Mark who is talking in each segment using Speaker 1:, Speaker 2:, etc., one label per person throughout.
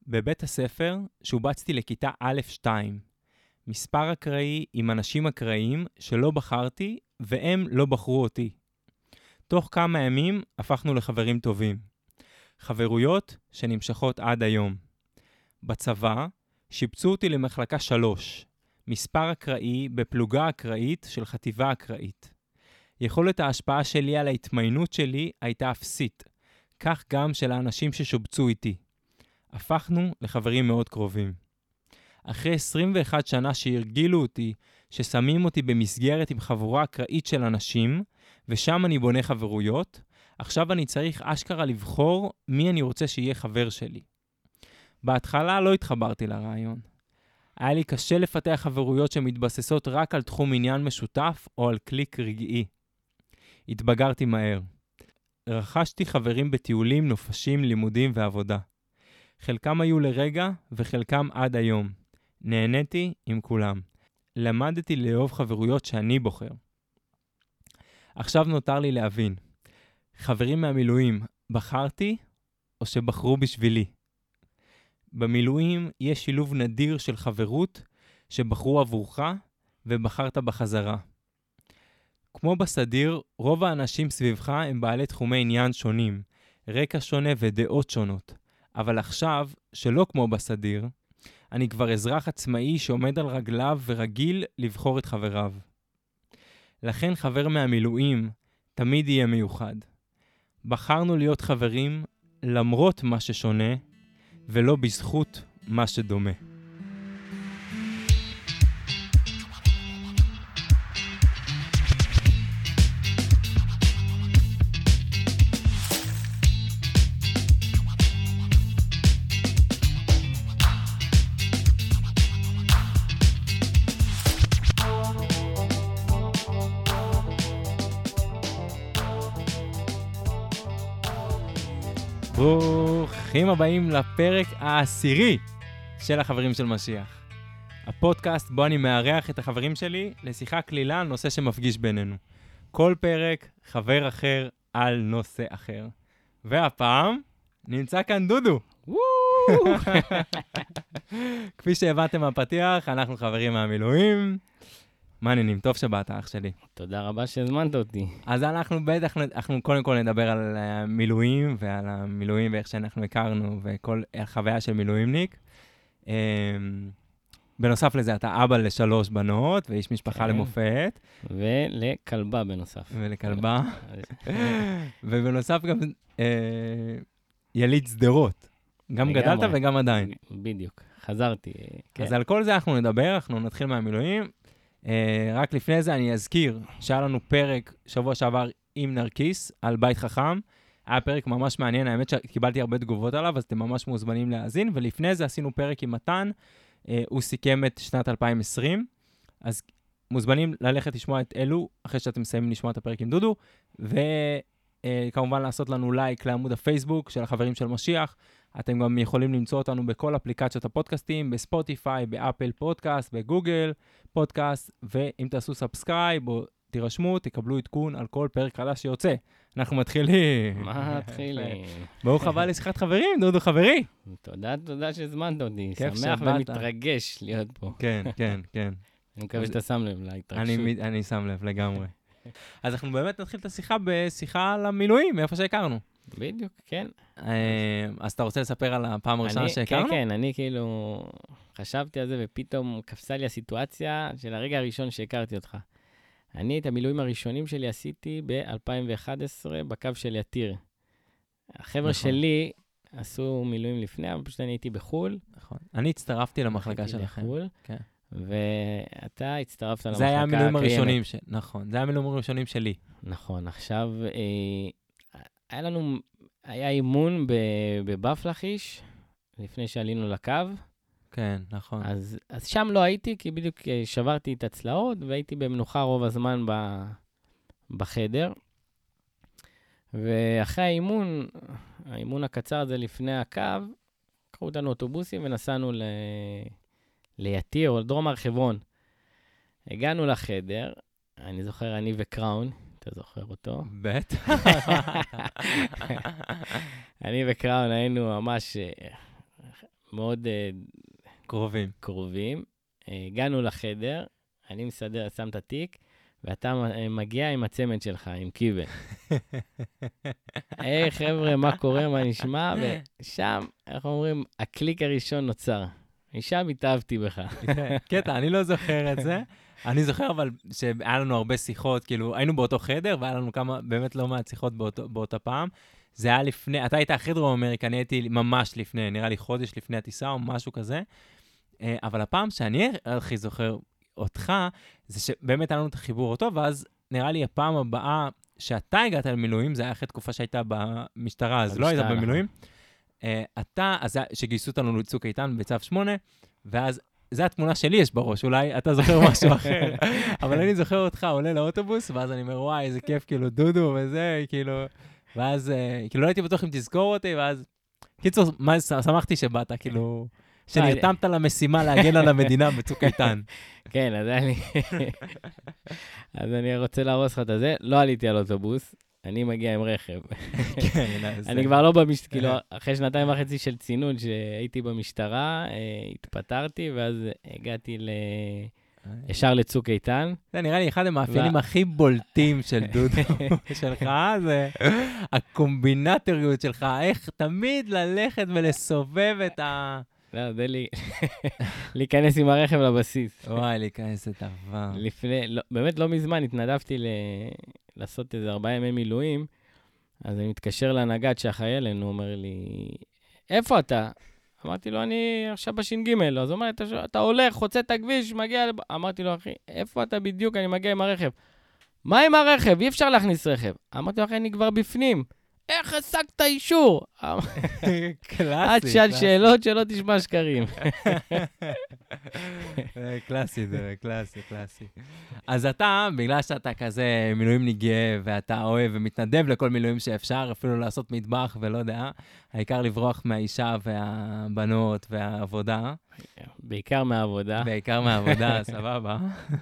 Speaker 1: בבית הספר שובצתי לכיתה א'-2. מספר אקראי עם אנשים אקראיים שלא בחרתי והם לא בחרו אותי. תוך כמה ימים הפכנו לחברים טובים. חברויות שנמשכות עד היום. בצבא שיבצו אותי למחלקה 3, מספר אקראי בפלוגה אקראית של חטיבה אקראית. יכולת ההשפעה שלי על ההתמיינות שלי הייתה אפסית, כך גם של האנשים ששובצו איתי. הפכנו לחברים מאוד קרובים. אחרי 21 שנה שהרגילו אותי, ששמים אותי במסגרת עם חבורה אקראית של אנשים, ושם אני בונה חברויות, עכשיו אני צריך אשכרה לבחור מי אני רוצה שיהיה חבר שלי. בהתחלה לא התחברתי לרעיון. היה לי קשה לפתח חברויות שמתבססות רק על תחום עניין משותף או על קליק רגעי. התבגרתי מהר. רכשתי חברים בטיולים, נופשים, לימודים ועבודה. חלקם היו לרגע וחלקם עד היום. נהניתי עם כולם. למדתי לאהוב חברויות שאני בוחר. עכשיו נותר לי להבין. חברים מהמילואים, בחרתי או שבחרו בשבילי? במילואים יש שילוב נדיר של חברות שבחרו עבורך ובחרת בחזרה. כמו בסדיר, רוב האנשים סביבך הם בעלי תחומי עניין שונים, רקע שונה ודעות שונות. אבל עכשיו, שלא כמו בסדיר, אני כבר אזרח עצמאי שעומד על רגליו ורגיל לבחור את חבריו. לכן חבר מהמילואים תמיד יהיה מיוחד. בחרנו להיות חברים למרות מה ששונה, ולא בזכות מה שדומה. ברוכים הבאים לפרק העשירי של החברים של משיח. הפודקאסט בו אני מארח את החברים שלי לשיחה כלילה על נושא שמפגיש בינינו. כל פרק חבר אחר על נושא אחר. והפעם נמצא כאן דודו. כפי שהבנתם מהפתיח, אנחנו חברים מהמילואים. מה העניינים? טוב שבאת, אח שלי.
Speaker 2: תודה רבה שהזמנת אותי.
Speaker 1: אז אנחנו קודם כל נדבר על מילואים ועל המילואים ואיך שאנחנו הכרנו וכל החוויה של מילואימניק. בנוסף לזה, אתה אבא ל3 בנות ואיש משפחה למופת.
Speaker 2: ולכלבה בנוסף.
Speaker 1: ולכלבה. ובנוסף גם יליד שדרות. גם גדלת וגם עדיין.
Speaker 2: בדיוק, חזרתי.
Speaker 1: אז על כל זה אנחנו נדבר, אנחנו נתחיל מהמילואים. רק לפני זה אני אזכיר שהיה לנו פרק שבוע שעבר עם נרקיס על בית חכם. היה פרק ממש מעניין, האמת שקיבלתי הרבה תגובות עליו, אז אתם ממש מוזמנים להאזין. ולפני זה עשינו פרק עם מתן, הוא סיכם את שנת 2020. אז מוזמנים ללכת לשמוע את אלו, אחרי שאתם מסיימים לשמוע את הפרק עם דודו. וכמובן לעשות לנו לייק לעמוד הפייסבוק של החברים של משיח. אתם גם יכולים למצוא אותנו בכל אפליקציות הפודקאסטים, בספוטיפיי, באפל פודקאסט, בגוגל פודקאסט, ואם תעשו סאבסקרייב או תירשמו, תקבלו עדכון על כל פרק חדש שיוצא. אנחנו מתחילים.
Speaker 2: מתחילים.
Speaker 1: ברוך הבא לשיחת חברים, דודו חברי.
Speaker 2: תודה שהזמנת אותי.
Speaker 1: כיף
Speaker 2: שמח
Speaker 1: שבאת.
Speaker 2: ומתרגש להיות פה.
Speaker 1: כן.
Speaker 2: אני מקווה שאתה שם לב להתרגשות.
Speaker 1: אני שם לב לגמרי. אז אנחנו באמת נתחיל את השיחה בשיחה על המילואים, מאיפה שהכרנו.
Speaker 2: בדיוק, כן.
Speaker 1: אז אתה רוצה לספר על הפעם הראשונה שהכרנו?
Speaker 2: כן, אני כאילו חשבתי על זה וחפשה קפצה לי הסיטואציה של הרגע הראשון שהכרתי אותך. אני את המילואים הראשונים שלי עשיתי ב-2011 בקו של יתיר. החבר'ה שלי עשו מילואים לפני, אבל פשוט אני הייתי בחול.
Speaker 1: נכון. אני הצטרפתי למחלקה שלכם. כן.
Speaker 2: ואתה הצטרפת למחלקה
Speaker 1: זה היה המילואים הראשונים נכון, זה היה המילואים הראשונים שלי.
Speaker 2: נכון, עכשיו היה אימון בבפלחיש, לפני שעלינו לקו.
Speaker 1: כן, נכון.
Speaker 2: אז שם לא הייתי, כי בדיוק שברתי את הצלעות, והייתי במנוחה רוב הזמן בחדר. ואחרי האימון הקצר הזה לפני הקו, קראו אותנו אוטובוסים ונסענו ליתיר, או לדרום הר חברון. הגענו לחדר, אני זוכר, אני וקראון, אתה זוכר אותו?
Speaker 1: בטח.
Speaker 2: אני וקראון היינו ממש מאוד
Speaker 1: קרובים.
Speaker 2: קרובים. הגענו לחדר, אני מסדר, שם את התיק, ואתה מגיע עם הצמד שלך, עם קיבל. היי, חבר'ה, מה קורה, מה נשמע? ושם, איך אומרים, הקליק הראשון נוצר. משם התאהבתי בך.
Speaker 1: קטע, אני לא זוכר את זה. אני זוכר אבל שהיה לנו הרבה שיחות, כאילו היינו באותו חדר, והיה לנו כמה, באמת לא מעט שיחות באותה פעם. זה היה לפני, אתה היית הכי דרום אמריקה, אני הייתי ממש לפני, נראה לי חודש לפני הטיסה או משהו כזה. אבל הפעם שאני הכי זוכר אותך, זה שבאמת היה לנו את החיבור אותו, ואז נראה לי הפעם הבאה שאתה הגעת למילואים, זה היה אחרי תקופה שהייתה במשטרה, אז לא היית במילואים. אתה, אז שגייסו אותנו לצוק איתן בצו 8, ואז זו התמונה שלי יש בראש, אולי אתה זוכר משהו אחר, אבל אני זוכר אותך עולה לאוטובוס, ואז אני אומר, וואי, איזה כיף, כאילו, דודו וזה, כאילו, ואז, כאילו, לא הייתי בטוח אם תזכור אותי, ואז, קיצור, שמחתי שבאת, כאילו, שנרתמת למשימה להגן על המדינה בצוק איתן.
Speaker 2: כן, אז אני רוצה להרוס לך את זה, לא עליתי על אוטובוס, אני מגיע עם רכב. אני כבר לא כאילו, אחרי 2.5 של צינון שהייתי במשטרה, התפטרתי, ואז הגעתי ישר לצוק איתן.
Speaker 1: זה נראה לי אחד המאפיינים הכי בולטים של דודו שלך, זה הקומבינטוריות שלך, איך תמיד ללכת ולסובב את ה...
Speaker 2: לא, זה להיכנס עם הרכב לבסיס.
Speaker 1: וואי, להיכנס את עבר.
Speaker 2: באמת לא מזמן התנדבתי לעשות איזה 4 ימי מילואים, אז אני מתקשר לנגד שאחראי אלינו, הוא אומר לי, איפה אתה? אמרתי לו, אני עכשיו בש"ג. אז הוא אומר, אתה הולך, חוצה את הכביש, מגיע... אמרתי לו, אחי, איפה אתה בדיוק? אני מגיע עם הרכב. מה עם הרכב? אי אפשר להכניס רכב. אמרתי לו, אחי, אני כבר בפנים. איך השגת אישור?
Speaker 1: קלאסי.
Speaker 2: עד שאל שאלות שלא תשמע שקרים.
Speaker 1: קלאסי, זה קלאסי. אז אתה, בגלל שאתה כזה מילואימניק גאה, ואתה אוהב ומתנדב לכל מילואים שאפשר, אפילו לעשות מטבח ולא יודע, העיקר לברוח מהאישה והבנות והעבודה.
Speaker 2: בעיקר מהעבודה.
Speaker 1: סבבה.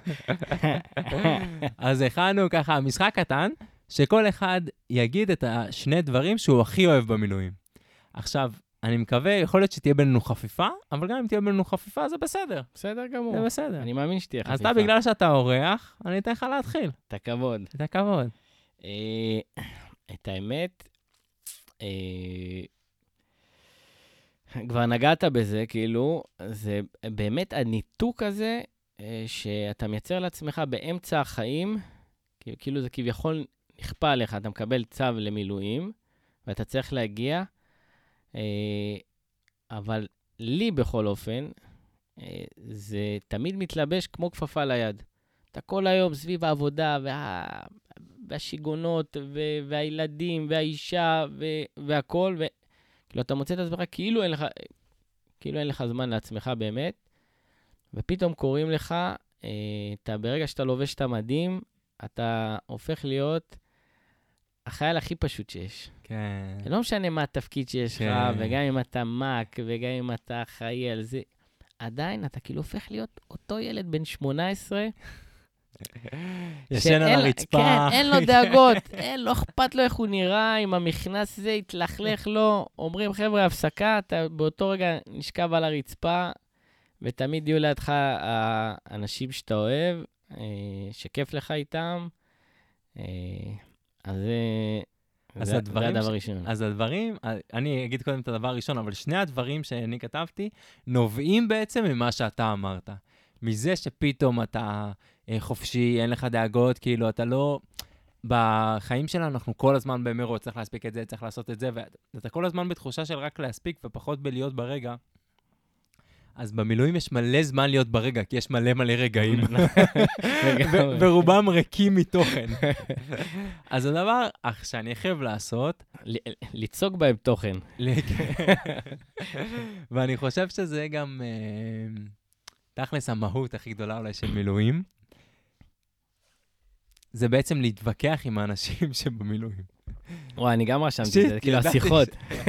Speaker 1: אז הכנו ככה משחק קטן, שכל אחד יגיד את השני דברים שהוא הכי אוהב במילואים. עכשיו, אני מקווה, יכול להיות שתהיה בינינו חפיפה, אבל גם אם תהיה בינינו חפיפה, זה בסדר.
Speaker 2: בסדר גמור.
Speaker 1: זה בסדר.
Speaker 2: אני מאמין שתהיה חפיפה.
Speaker 1: אז אתה, בגלל שאתה אורח, אני אתן לך להתחיל.
Speaker 2: את הכבוד. את האמת, כבר נגעת בזה, כאילו, זה באמת הניתוק הזה, שאתה מייצר לעצמך באמצע החיים, כאילו זה כביכול נכפה עליך, אתה מקבל צו למילואים, ואתה צריך להגיע, אבל לי בכל אופן, זה תמיד מתלבש כמו כפפה ליד. אתה כל היום סביב העבודה, והשיגונות, והילדים, והאישה, והכל, כאילו אתה מוצא את עצמך כאילו אין לך זמן לעצמך באמת, ופתאום קוראים לך, ברגע שאתה לובש את המדים, אתה הופך להיות החייל הכי פשוט שיש.
Speaker 1: כן.
Speaker 2: לא משנה מה התפקיד שיש לך, וגם אם אתה מק, וגם אם אתה חי על זה, עדיין אתה כאילו הופך להיות אותו ילד בן 18,
Speaker 1: ישן על הרצפה.
Speaker 2: כן, אין לו דאגות, לא אכפת לו איך הוא נראה, אם המכנס זה יתלכלך לו, אומרים חבר'ה, הפסקה, אתה באותו רגע נשכב על הרצפה, ותמיד יהיו לידך האנשים שאתה אוהב, שכיף לך איתם, אז זה הדבר הראשון.
Speaker 1: אז הדברים, אני אגיד קודם את הדבר הראשון, אבל שני הדברים שאני כתבתי, נובעים בעצם ממה שאתה אמרת. מזה שפתאום אתה חופשי, אין לך דאגות, כאילו אתה לא... בחיים שלנו אנחנו כל הזמן במרוץ, צריך להספיק את זה, צריך לעשות את זה, ואתה כל הזמן בתחושה של רק להספיק ופחות בלהיות ברגע. אז במילואים יש מלא זמן להיות ברגע, כי יש מלא רגעים, ורובם ריקים מתוכן. אז הדבר שאני חייב לעשות...
Speaker 2: ליצוק בהם תוכן.
Speaker 1: ואני חושב שזה גם תכלס המהות הכי גדולה אולי של מילואים. זה בעצם להתווכח עם האנשים שבמילואים.
Speaker 2: וואי, אני גם רשמתי את זה, כאילו השיחות.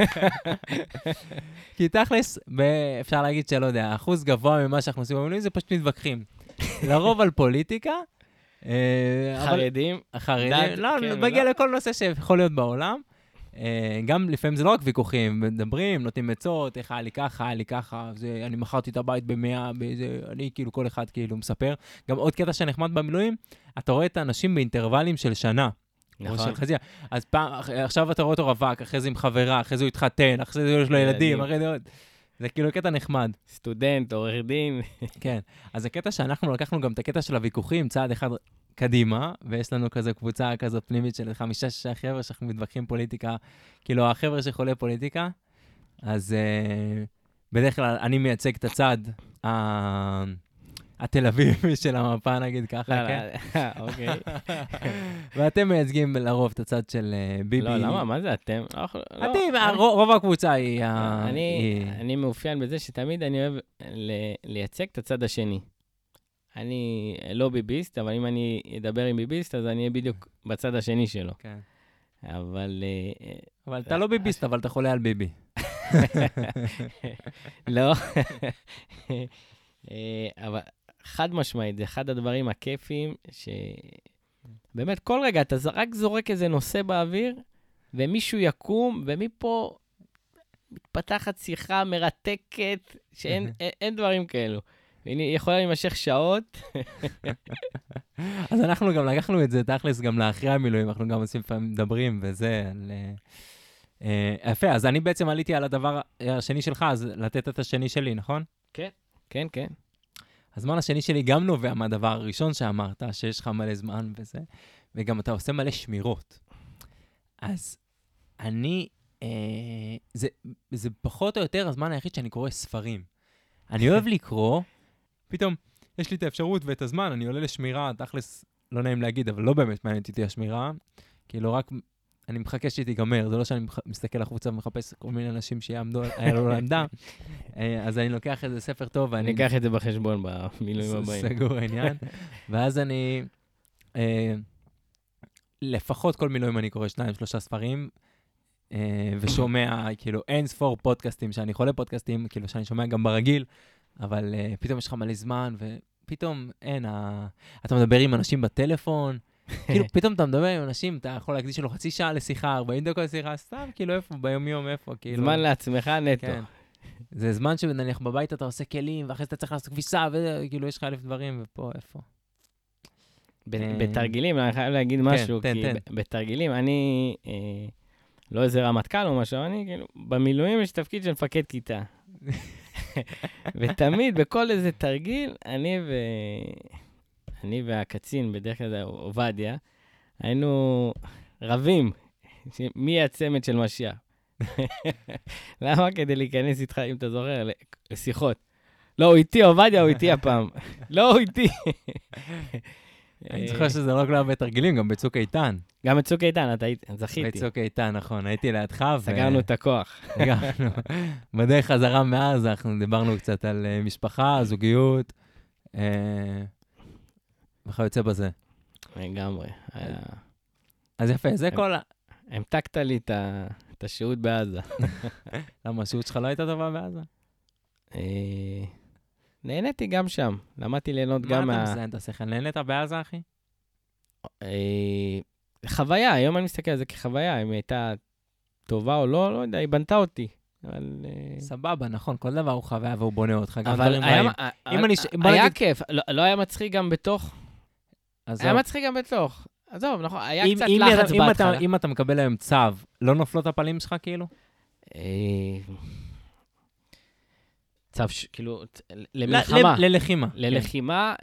Speaker 1: כי תכלס, אפשר להגיד שלא יודע, אחוז גבוה ממה שאנחנו עושים במילואים, זה פשוט מתווכחים. לרוב על פוליטיקה.
Speaker 2: חרדים.
Speaker 1: לא, מגיע לכל נושא שיכול להיות בעולם. גם לפעמים זה לא רק ויכוחים, מדברים, נותנים עצות, איך היה לי ככה, אני מכרתי את הבית ב100, אני כאילו כל אחד כאילו מספר. גם עוד קטע שנחמד במילואים, אתה רואה את האנשים באינטרוולים של שנה.
Speaker 2: נכון.
Speaker 1: אז עכשיו אתה רואה אותו רווק, אחרי זה עם חברה, אחרי זה הוא התחתן, אחרי זה יש לו ילדים, אחרי זה עוד. זה כאילו קטע נחמד.
Speaker 2: סטודנט, עורך דין.
Speaker 1: כן, אז הקטע שאנחנו לקחנו גם את הקטע של הוויכוחים, צעד אחד קדימה, ויש לנו כזה קבוצה כזאת פנימית של 5-6 חבר'ה שאנחנו מתווכחים פוליטיקה, כאילו החבר'ה שחולה פוליטיקה, אז בדרך כלל אני מייצג את הצד התל אביבי של המפה, נגיד ככה, כן?
Speaker 2: אוקיי.
Speaker 1: ואתם מייצגים לרוב את הצד של ביבי.
Speaker 2: לא, למה? מה זה אתם?
Speaker 1: רוב הקבוצה היא...
Speaker 2: אני מאופיין בזה שתמיד אני אוהב לייצג את הצד השני. אני לא ביביסט, אבל אם אני אדבר עם ביביסט, אז אני אהיה בדיוק בצד השני שלו.
Speaker 1: כן.
Speaker 2: אבל
Speaker 1: אתה לא ביביסט, אבל אתה חולה על ביבי.
Speaker 2: לא. אבל חד משמעית, זה אחד הדברים הכיפיים, שבאמת כל רגע אתה רק זורק איזה נושא באוויר, ומישהו יקום, ומפה מתפתחת שיחה מרתקת, שאין דברים כאלו. והיא יכולה להימשך שעות.
Speaker 1: אז אנחנו גם לקחנו את זה, תכלס, גם לאחרי המילואים, אנחנו גם עושים פעמים מדברים, וזה... יפה, אז אני בעצם עליתי על הדבר השני שלך, אז לתת את השני שלי, נכון?
Speaker 2: כן. כן, כן.
Speaker 1: הזמן השני שלי גם נובע מהדבר הראשון שאמרת, שיש לך מלא זמן וזה, וגם אתה עושה מלא שמירות. אז אני, זה פחות או יותר הזמן היחיד שאני קורא ספרים. אני אוהב לקרוא, פתאום יש לי את האפשרות ואת הזמן, אני עולה לשמירה, תכלס, לא נעים להגיד, אבל לא באמת מעניינת איתי השמירה, כאילו רק, אני מחכה שתיגמר, זה לא שאני מסתכל החוצה ומחפש כל מיני אנשים שיעמדו, היה לו לעמדה, אז אני לוקח איזה ספר טוב,
Speaker 2: אני אקח את זה בחשבון במילואים הבאים.
Speaker 1: סגור העניין, ואז אני, לפחות כל מילואים אני קורא 2-3 ספרים, ושומע, כאילו, אין ספור פודקאסטים, שאני חולה פודקאסטים, כאילו, שאני שומע גם ברגיל, אבל פתאום יש לך מלא זמן, ופתאום אין, אתה מדבר עם אנשים בטלפון, כאילו, פתאום אתה מדבר עם אנשים, אתה יכול להקדיש לו חצי שעה לשיחה, 40 דקות לשיחה, סתם, כאילו, איפה, ביום-יום, איפה, כאילו.
Speaker 2: זמן לעצמך נטו.
Speaker 1: כן. זה זמן שנניח בבית אתה עושה כלים, ואחרי זה אתה צריך לעשות כביסה, וכאילו, יש לך 1000 דברים, ופה, איפה.
Speaker 2: בתרגילים, אני חייב להגיד משהו, כי בתרגילים, אני לא איזה רמטכ"ל או משהו, אני כאילו, במילואים יש תפקיד של מפקד כיתה. ותמיד, בכל איזה תרגיל, אני והקצין, בדרך כלל זה עובדיה, היינו רבים, מי הצמד של משיח. למה? כדי להיכנס איתך, אם אתה זוכר, לשיחות. לא, הוא איתי, עובדיה, הוא איתי הפעם. לא, הוא איתי.
Speaker 1: אני זוכר שזה לא כלל בתרגילים, גם בצוק איתן.
Speaker 2: גם בצוק איתן, אתה זכיתי.
Speaker 1: בצוק איתן, נכון, הייתי לידך.
Speaker 2: סגרנו את הכוח.
Speaker 1: סגרנו. בדרך חזרה מאז, אנחנו דיברנו קצת על משפחה, זוגיות, וכיוצא בזה.
Speaker 2: לגמרי.
Speaker 1: אז יפה, זה כל...
Speaker 2: המתקת לי את השהות בעזה.
Speaker 1: למה, השהות שלך לא הייתה טובה בעזה?
Speaker 2: נהניתי גם שם. למדתי ליהנות גם
Speaker 1: מה אתה מזיין את השכל? נהנית בעזה, אחי?
Speaker 2: חוויה, היום אני מסתכל על זה כחוויה. אם היא הייתה טובה או לא, לא יודע, היא בנתה אותי.
Speaker 1: סבבה, נכון, כל דבר הוא חוויה והוא בונה אותך, גם
Speaker 2: אבל
Speaker 1: דברים רעים.
Speaker 2: היה כיף, לא היה מצחיק גם בתוך. היה מצחיק גם בתוך. עזוב, נכון, היה קצת לחץ בהתחלה.
Speaker 1: אם אתה מקבל היום צו, לא נופלות הפלים שלך כאילו?
Speaker 2: צו, כאילו, למלחמה.
Speaker 1: ללחימה.
Speaker 2: ללחימה,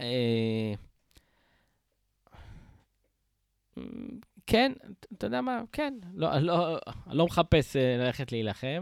Speaker 2: כן, אתה יודע מה, כן. לא מחפש ללכת להילחם.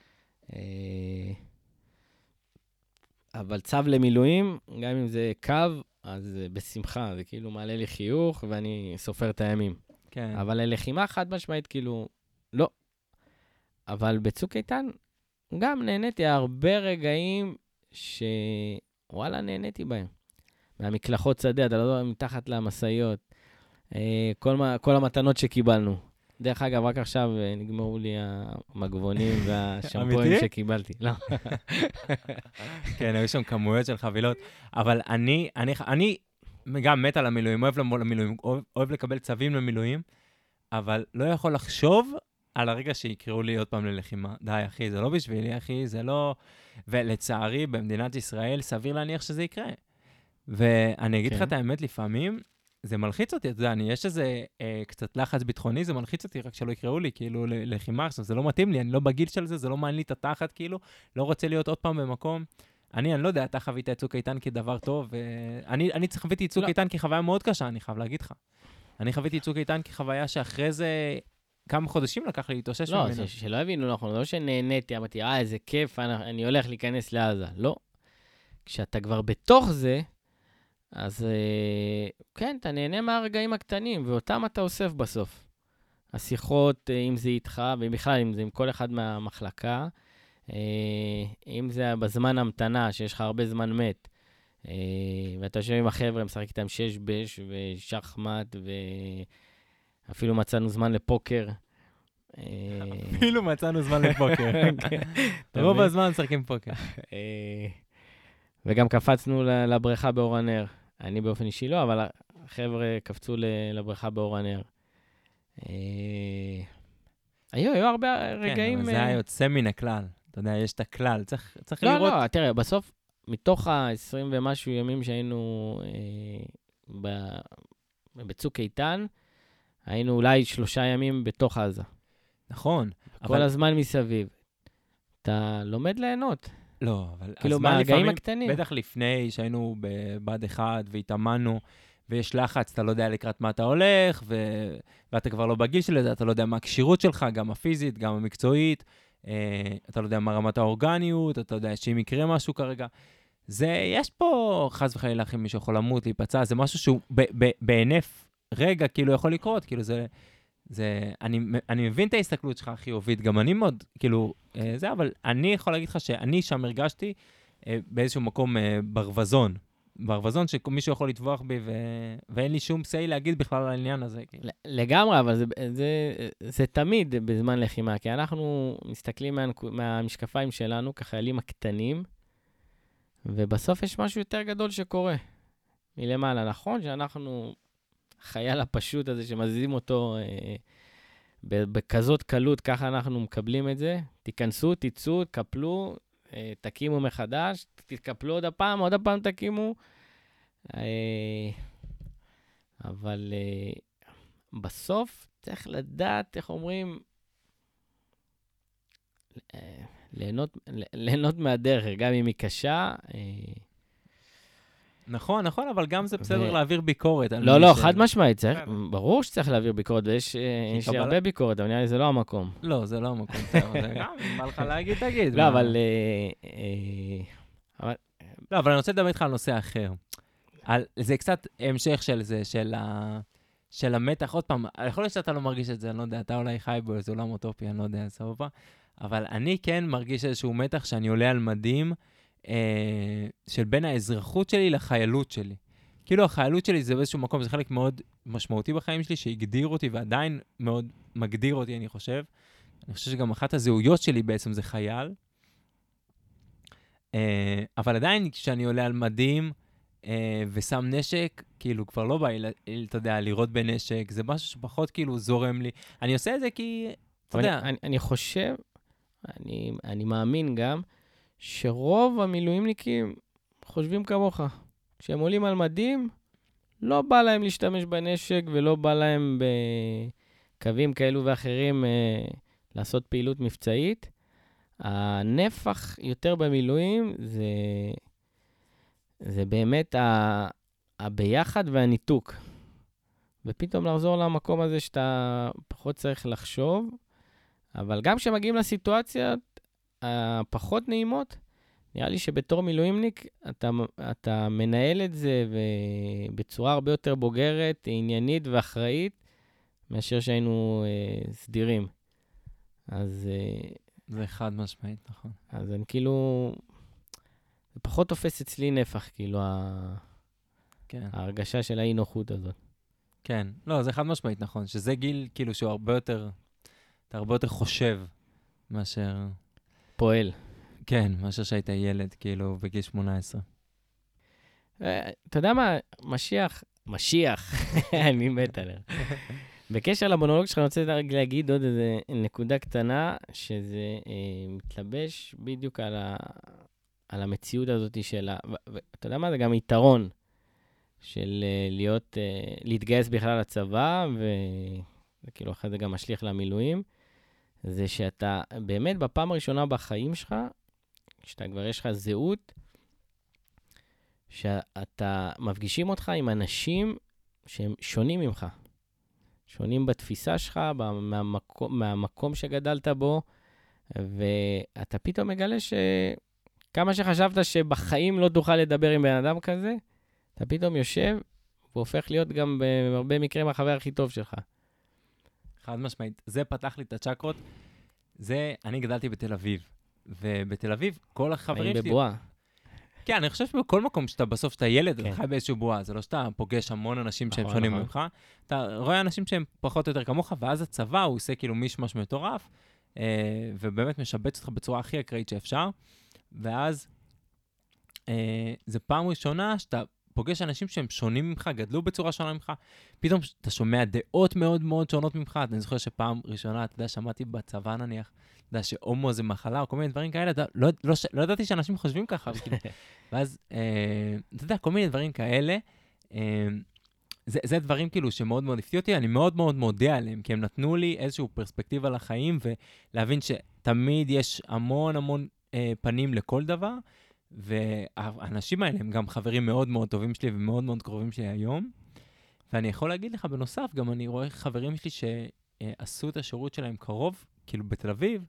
Speaker 2: אבל צו למילואים, גם אם זה קו, אז בשמחה, זה כאילו מעלה לי חיוך, ואני סופר את הימים.
Speaker 1: כן.
Speaker 2: אבל ללחימה חד משמעית, כאילו, לא. אבל בצוק איתן, גם נהניתי הרבה רגעים שוואלה, נהניתי בהם. מהמקלחות שדה, אתה לא יודע, מתחת למסעיות. כל המתנות שקיבלנו. דרך אגב, רק עכשיו נגמרו לי המגבונים והשמפויים שקיבלתי. לא.
Speaker 1: כן, היו שם כמויות של חבילות. אבל אני גם מת על המילואים, אוהב למילואים, אוהב לקבל צווים למילואים, אבל לא יכול לחשוב על הרגע שיקראו לי עוד פעם ללחימה. די, אחי, זה לא בשבילי, אחי, זה לא... ולצערי, במדינת ישראל, סביר להניח שזה יקרה. ואני אגיד לך את האמת, לפעמים, זה מלחיץ אותי, אתה יודע, יש איזה קצת לחץ ביטחוני, זה מלחיץ אותי, רק שלא יקראו לי, כאילו, ללחימה. עכשיו, זה לא מתאים לי, אני לא בגיל של זה, זה לא מעניין לי את התחת, כאילו, לא רוצה להיות עוד פעם במקום. אני לא יודע, אתה חווית את צוק איתן כדבר טוב, אני חוויתי את צוק איתן כחוויה מאוד קשה, אני חייב להגיד לך. אני חוויתי את צוק איתן כחוויה שאחרי זה כמה חודשים לקח לי להתאושש ממנו.
Speaker 2: לא, שלא הבינו נכון, לא שנהניתי, אמרתי, איזה כיף, אני הולך להיכנס לעזה. לא. כשאתה כבר בתוך זה, אז כן, אתה נהנה מהרגעים הקטנים, ואותם אתה אוסף בסוף. השיחות, אם זה איתך, ובכלל, אם זה עם כל אחד מהמחלקה, אם זה בזמן המתנה, שיש לך הרבה זמן מת, ואתה יושב עם החבר'ה, משחק איתם שש בש ושחמט, ואפילו מצאנו זמן לפוקר.
Speaker 1: אפילו מצאנו זמן לפוקר. רוב הזמן משחקים פוקר.
Speaker 2: וגם קפצנו לבריכה באור הנר. אני באופן אישי לא, אבל החבר'ה קפצו לבריכה באור הנר. היו הרבה רגעים...
Speaker 1: כן, אבל זה היה יוצא מן הכלל. אתה יודע, יש את הכלל, צריך לראות...
Speaker 2: לא, תראה, בסוף, מתוך ה-20 ומשהו ימים שהיינו בצוק איתן, היינו אולי 3 ימים בתוך עזה.
Speaker 1: נכון.
Speaker 2: כל הזמן מסביב. אתה לומד ליהנות.
Speaker 1: לא, אבל
Speaker 2: כאילו מהרגעים הקטנים.
Speaker 1: בטח לפני שהיינו בבד אחד והתאמנו, ויש לחץ, אתה לא יודע לקראת מה אתה הולך, ואתה כבר לא בגיל של זה, אתה לא יודע מה הקשירות שלך, גם הפיזית, גם המקצועית, אתה לא יודע מה רמת האורגניות, אתה יודע שאם יקרה משהו כרגע. יש פה חס וחלילה לכם מישהו יכול למות, להיפצע, זה משהו שהוא בהינף רגע כאילו יכול לקרות, כאילו אני מבין את ההסתכלות שלך החיובית, גם אני מאוד, כאילו, אבל אני יכול להגיד לך שאני שם הרגשתי באיזשהו מקום ברווזון שמישהו יכול לטבוח בי, ואין לי שום סי להגיד בכלל על העניין הזה.
Speaker 2: לגמרי, אבל זה תמיד בזמן לחימה, כי אנחנו מסתכלים מהמשקפיים שלנו כחיילים הקטנים, ובסוף יש משהו יותר גדול שקורה מלמעלה. נכון שאנחנו החייל הפשוט הזה שמזיזים אותו בכזאת קלות, ככה אנחנו מקבלים את זה. תיכנסו, תצאו, תקפלו, תקימו מחדש, תתקפלו עוד הפעם תקימו. אבל בסוף צריך איך אומרים, ליהנות מהדרך, גם אם היא קשה.
Speaker 1: נכון, אבל גם זה בסדר להעביר ביקורת.
Speaker 2: לא, חד משמעית, ברור שצריך להעביר ביקורת, ויש הרבה ביקורת, אבל נראה לי זה לא המקום.
Speaker 1: לא, זה לא המקום, זה גם, אם בא לך להגיד, תגיד.
Speaker 2: לא, אבל...
Speaker 1: לא, אבל אני רוצה לדבר איתך על נושא אחר. זה קצת המשך של זה, של המתח. עוד פעם, יכול להיות שאתה לא מרגיש את זה, אני לא יודע, אתה אולי חי בו איזה עולם אוטופי, אני לא יודע, סבבה. אבל אני כן מרגיש איזשהו מתח שאני עולה על מדים, של בין האזרחות שלי לחיילות שלי. כאילו החיילות שלי זה באיזשהו מקום, זה חלק מאוד משמעותי בחיים שלי, שהגדיר אותי ועדיין מאוד מגדיר אותי, אני חושב. אני חושב שגם אחת הזהויות שלי בעצם זה חייל. אבל עדיין כשאני עולה על מדים ושם נשק, כאילו כבר לא בא, אתה יודע, לראות בנשק, זה משהו שפחות כאילו זורם לי. אני עושה את זה כי, אתה יודע.
Speaker 2: אני חושב, אני מאמין גם, שרוב המילואימניקים חושבים כמוך. כשהם עולים על מדים, לא בא להם להשתמש בנשק, ולא בא להם בקווים כאלו ואחרים לעשות פעילות מבצעית. הנפח יותר במילואים זה באמת הביחד והניתוק. ופתאום לחזור למקום הזה שאתה פחות צריך לחשוב, אבל גם כשמגיעים לסיטואציות הפחות נעימות, נראה לי שבתור מילואימניק אתה מנהל את זה בצורה הרבה יותר בוגרת, עניינית ואחראית, מאשר שהיינו סדירים. אז...
Speaker 1: זה חד משמעית, נכון.
Speaker 2: אז אני כאילו... זה פחות תופס אצלי נפח, כאילו,
Speaker 1: כן.
Speaker 2: ההרגשה של האי-נוחות הזאת.
Speaker 1: כן. לא, זה חד משמעית, נכון. שזה גיל, כאילו, שהוא הרבה יותר... אתה הרבה יותר חושב מאשר...
Speaker 2: פועל.
Speaker 1: כן, מאשר שהיית ילד, כאילו, בגיל 18.
Speaker 2: אתה יודע מה? משיח, אני מת עליה. בקשר למונולוג שלך, אני רוצה להגיד עוד איזה נקודה קטנה, שזה מתלבש בדיוק על המציאות הזאת של ואתה יודע מה? זה גם יתרון של להתגייס בכלל לצבא, וכאילו אחרי זה גם משליך למילואים, זה שאתה באמת בפעם הראשונה בחיים שלך, כשאתה כבר יש לך זהות, שאתה מפגישים אותך עם אנשים שהם שונים ממך. שונים בתפיסה שלך, מהמקום שגדלת בו, ואתה פתאום מגלה שכמה שחשבת שבחיים לא תוכל לדבר עם בן אדם כזה, אתה פתאום יושב והופך להיות גם בהרבה מקרים החבר הכי טוב שלך.
Speaker 1: חד משמעית. זה פתח לי את הצ'קרות. אני גדלתי בתל אביב, ובתל אביב כל החברים שלי...
Speaker 2: בבועה.
Speaker 1: כן, אני חושב שבכל מקום בסוף שאתה ילד, אתה חי באיזשהו בועה, זה לא שאתה פוגש המון אנשים שהם שונים ממך, אתה רואה אנשים שהם פחות או יותר כמוך, ואז הצבא הוא עושה כאילו מישמש מטורף, ובאמת משבץ אותך בצורה הכי אקראית שאפשר, ואז זה פעם ראשונה שאתה פוגש אנשים שהם שונים ממך, גדלו בצורה שונה ממך, פתאום אתה שומע דעות מאוד מאוד שונות ממך, אני זוכר שפעם ראשונה, אתה יודע, שמעתי בצבא נניח, אתה יודע, שהומו זה מחלה, או כל מיני דברים כאלה, לא ידעתי שאנשים חושבים ככה, ואז, אתה יודע, כל מיני דברים כאלה, זה דברים כאילו שמאוד מאוד הפתיעו אותי, אני מאוד מאוד מודה עליהם, כי הם נתנו לי איזשהו פרספקטיבה לחיים, ולהבין שתמיד יש המון המון פנים לכל דבר, והאנשים האלה הם גם חברים מאוד מאוד טובים שלי, ומאוד מאוד קרובים שלי היום, ואני יכול להגיד לך בנוסף, גם אני רואה חברים שלי שעשו את השירות שלהם קרוב, כאילו בתל אביב,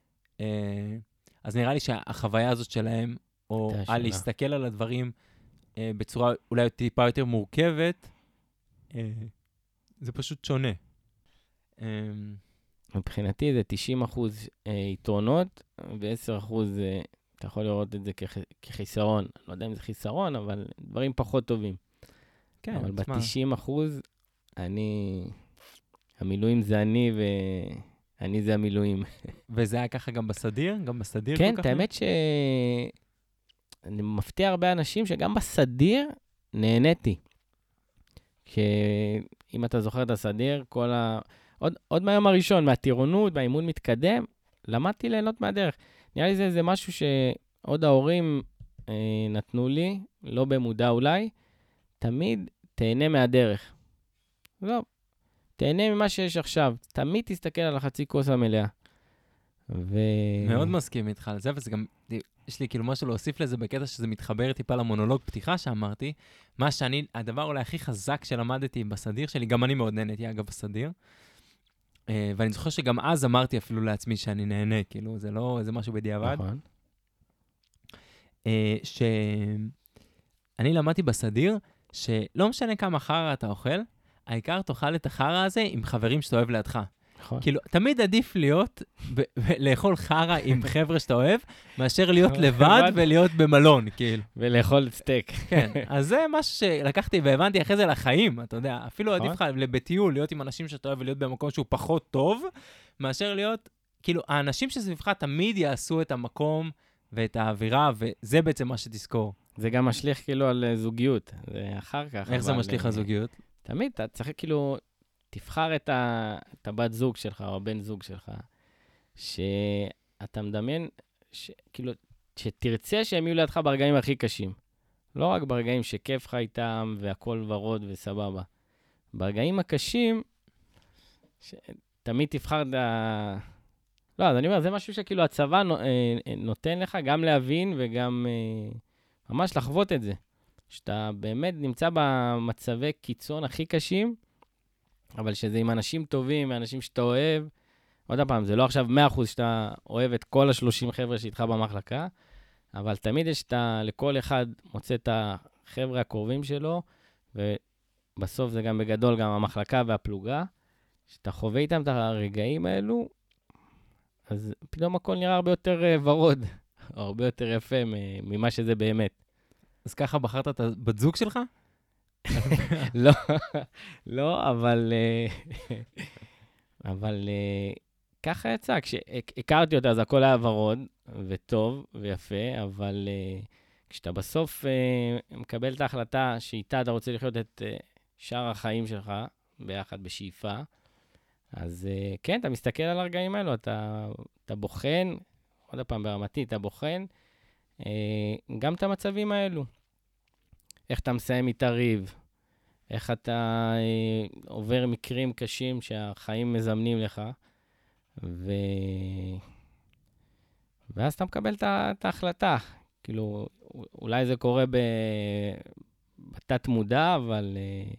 Speaker 1: אז נראה לי שהחוויה הזאת שלהם, או על להסתכל על הדברים בצורה אולי טיפה יותר מורכבת, זה פשוט שונה.
Speaker 2: מבחינתי זה 90% יתרונות, ו10% אתה יכול לראות את זה כחיסרון. לא יודע אם זה חיסרון, אבל דברים פחות טובים.
Speaker 1: כן,
Speaker 2: אבל ב-90%, המילואים זה אני, ואני זה המילואים.
Speaker 1: וזה היה ככה גם בסדיר? גם בסדיר?
Speaker 2: כן, האמת אני מפתיע הרבה אנשים שגם בסדיר נהניתי. אם אתה זוכר את הסדיר, עוד מהיום הראשון, מהטירונות, מהאימון מתקדם, למדתי ליהנות מהדרך. נראה לי זה משהו שעוד ההורים נתנו לי, לא במודע אולי, תמיד תהנה מהדרך. לא, תהנה ממה שיש עכשיו. תמיד תסתכל על החצי כוס המלאה.
Speaker 1: מאוד מסכים איתך על זה, וזה גם, יש לי כאילו משהו להוסיף לזה בקטע שזה מתחבר טיפה למונולוג פתיחה שאמרתי, הדבר אולי הכי חזק שלמדתי בסדיר שלי, גם אני מאוד נהניתי אגב בסדיר, ואני זוכר שגם אז אמרתי אפילו לעצמי שאני נהנה, כאילו זה לא איזה משהו בדיעבד.
Speaker 2: נכון.
Speaker 1: שאני למדתי בסדיר, שלא משנה כמה חרא אתה אוכל, העיקר תאכל את החרא הזה עם חברים שאתה אוהב לידך.
Speaker 2: נכון.
Speaker 1: כאילו, תמיד עדיף להיות, לאכול חרא עם חבר'ה שאתה אוהב, מאשר להיות לבד ולהיות במלון, כאילו.
Speaker 2: ולאכול סטייק.
Speaker 1: כן, אז זה משהו שלקחתי והבנתי אחרי זה לחיים, אתה יודע, אפילו עדיף לך בטיול, להיות עם אנשים שאתה אוהב ולהיות במקום שהוא פחות טוב, מאשר להיות, כאילו, האנשים שסביבך תמיד יעשו את המקום ואת האווירה, וזה בעצם מה שתזכור.
Speaker 2: זה גם משליך כאילו על זוגיות, זה אחר כך.
Speaker 1: איך זה משליך על זוגיות?
Speaker 2: תמיד, אתה צריך כאילו, תבחר את הבת זוג שלך, או הבן זוג שלך, שאתה מדמיין, כאילו, שתרצה שהם יהיו לידך ברגעים הכי קשים. לא רק ברגעים שכיף לך איתם, והכל ורוד וסבבה. ברגעים הקשים, תמיד תבחר את לא, אז אני אומר, זה משהו שכאילו הצבא נותן לך גם להבין, וגם ממש לחוות את זה. שאתה באמת נמצא במצבי קיצון הכי קשים, אבל שזה עם אנשים טובים, אנשים שאתה אוהב. עוד פעם, זה לא עכשיו 100% שאתה אוהב את כל ה-30 חבר'ה שאיתך במחלקה, אבל תמיד יש לכל אחד מוצא את החבר'ה הקרובים שלו, ובסוף זה גם בגדול גם המחלקה והפלוגה, שאתה חווה איתם את הרגעים האלו, אז פתאום הכל נראה הרבה יותר ורוד, או הרבה יותר יפה ממה שזה באמת.
Speaker 1: אז ככה בחרת את הבת זוג שלך?
Speaker 2: לא, אבל ככה יצא. כשהכרתי אותה, אז הכל היה ורוד, וטוב, ויפה, אבל כשאתה בסוף מקבל את ההחלטה שאיתה אתה רוצה לחיות את שאר החיים שלך, ביחד בשאיפה, אז כן, אתה מסתכל על הרגעים האלו, אתה בוחן, עוד פעם ברמתי, אתה בוחן גם את המצבים האלו. איך אתה מסיים איתה ריב, איך אתה עובר מקרים קשים שהחיים מזמנים לך, ואז אתה מקבל את ההחלטה. כאילו, אולי זה קורה בתת מודע, אבל...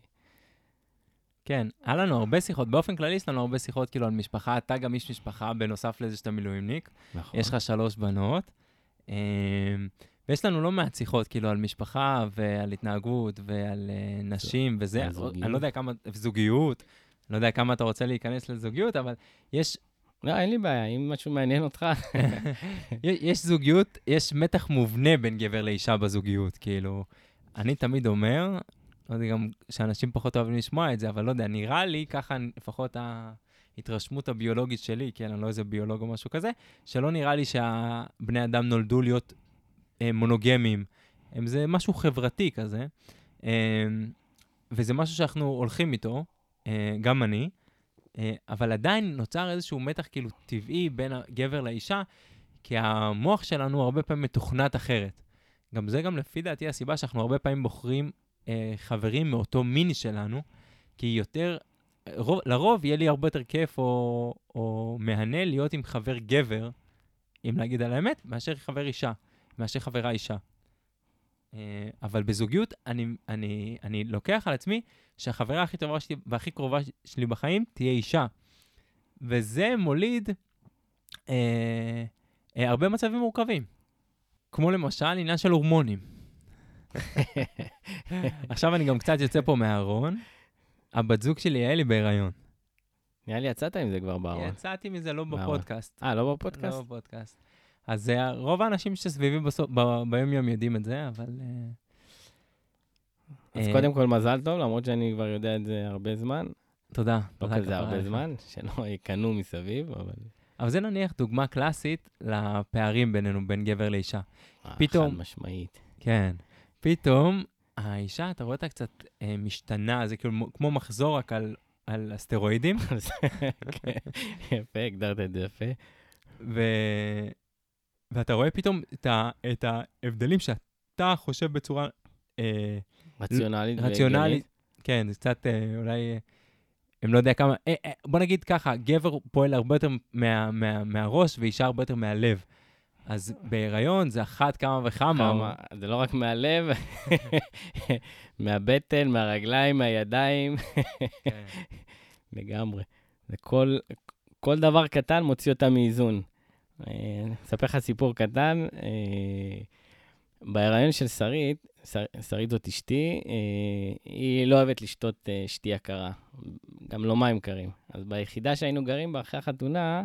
Speaker 1: כן, היה לנו הרבה שיחות, באופן כללי יש לנו הרבה שיחות כאילו על משפחה, אתה גם איש משפחה בנוסף לזה שאתה מילואימניק.
Speaker 2: נכון.
Speaker 1: יש לך 3 בנות, ויש לנו לא מעט שיחות כאילו על משפחה ועל התנהגות ועל נשים וזה.
Speaker 2: על זוגיות.
Speaker 1: אני לא יודע כמה, זוגיות, אני לא יודע כמה אתה רוצה להיכנס לזוגיות, אבל יש...
Speaker 2: לא, אין לי בעיה, אם משהו מעניין אותך.
Speaker 1: יש זוגיות, יש מתח מובנה בין גבר לאישה בזוגיות, כאילו, אני תמיד אומר, לא יודע גם שאנשים פחות אוהבים לשמוע את זה, אבל לא יודע, נראה לי, ככה לפחות ההתרשמות הביולוגית שלי, כן, אני לא איזה ביולוג או משהו כזה, שלא נראה לי שהבני אדם נולדו להיות מונוגמיים. זה משהו חברתי כזה, וזה משהו שאנחנו הולכים איתו, גם אני, אבל עדיין נוצר איזשהו מתח כאילו טבעי בין הגבר לאישה, כי המוח שלנו הרבה פעמים מתוכנת אחרת. גם זה גם לפי דעתי הסיבה שאנחנו הרבה פעמים בוחרים חברים מאותו מין שלנו, כי יותר, לרוב יהיה לי הרבה יותר כיף או מהנה להיות עם חבר גבר, אם להגיד על האמת, מאשר חבר אישה, מאשר חברה אישה. אבל בזוגיות אני לוקח על עצמי שהחברה הכי טובה שלי והכי קרובה שלי בחיים תהיה אישה. וזה מוליד הרבה מצבים מורכבים. כמו למשל עניין של הורמונים. עכשיו אני גם קצת יוצא פה מהארון. הבת זוג שלי יעלי בהיריון.
Speaker 2: נראה לי יצאת עם זה כבר בארון.
Speaker 1: יצאתי מזה לא בפודקאסט.
Speaker 2: לא בפודקאסט?
Speaker 1: לא בפודקאסט. אז רוב האנשים שסביבי ביום יום יודעים את זה, אבל...
Speaker 2: אז קודם כל מזל טוב, למרות שאני כבר יודע את זה הרבה זמן.
Speaker 1: תודה.
Speaker 2: לא כזה הרבה זמן, שלא יקנו מסביב, אבל...
Speaker 1: אבל זה נניח דוגמה קלאסית לפערים בינינו, בין גבר לאישה. פתאום...
Speaker 2: חד משמעית.
Speaker 1: כן. פתאום האישה, אתה רואה אותה קצת משתנה, זה כאילו כמו מחזור רק על הסטרואידים.
Speaker 2: יפה, הגדרת את זה יפה.
Speaker 1: ואתה רואה פתאום את ההבדלים שאתה חושב בצורה...
Speaker 2: רציונלית.
Speaker 1: כן, זה קצת אולי... הם לא יודע כמה... בוא נגיד ככה, גבר פועל הרבה יותר מהראש ואישה הרבה יותר מהלב. אז בהיריון זה אחת כמה וכמה.
Speaker 2: זה לא רק מהלב, מהבטן, מהרגליים, מהידיים. לגמרי. כל דבר קטן מוציא אותה מאיזון. אספר לך סיפור קטן. בהיריון של שרית, שרית זאת אשתי, היא לא אוהבת לשתות שתייה קרה, גם לא מים קרים. אז ביחידה שהיינו גרים בה אחרי החתונה,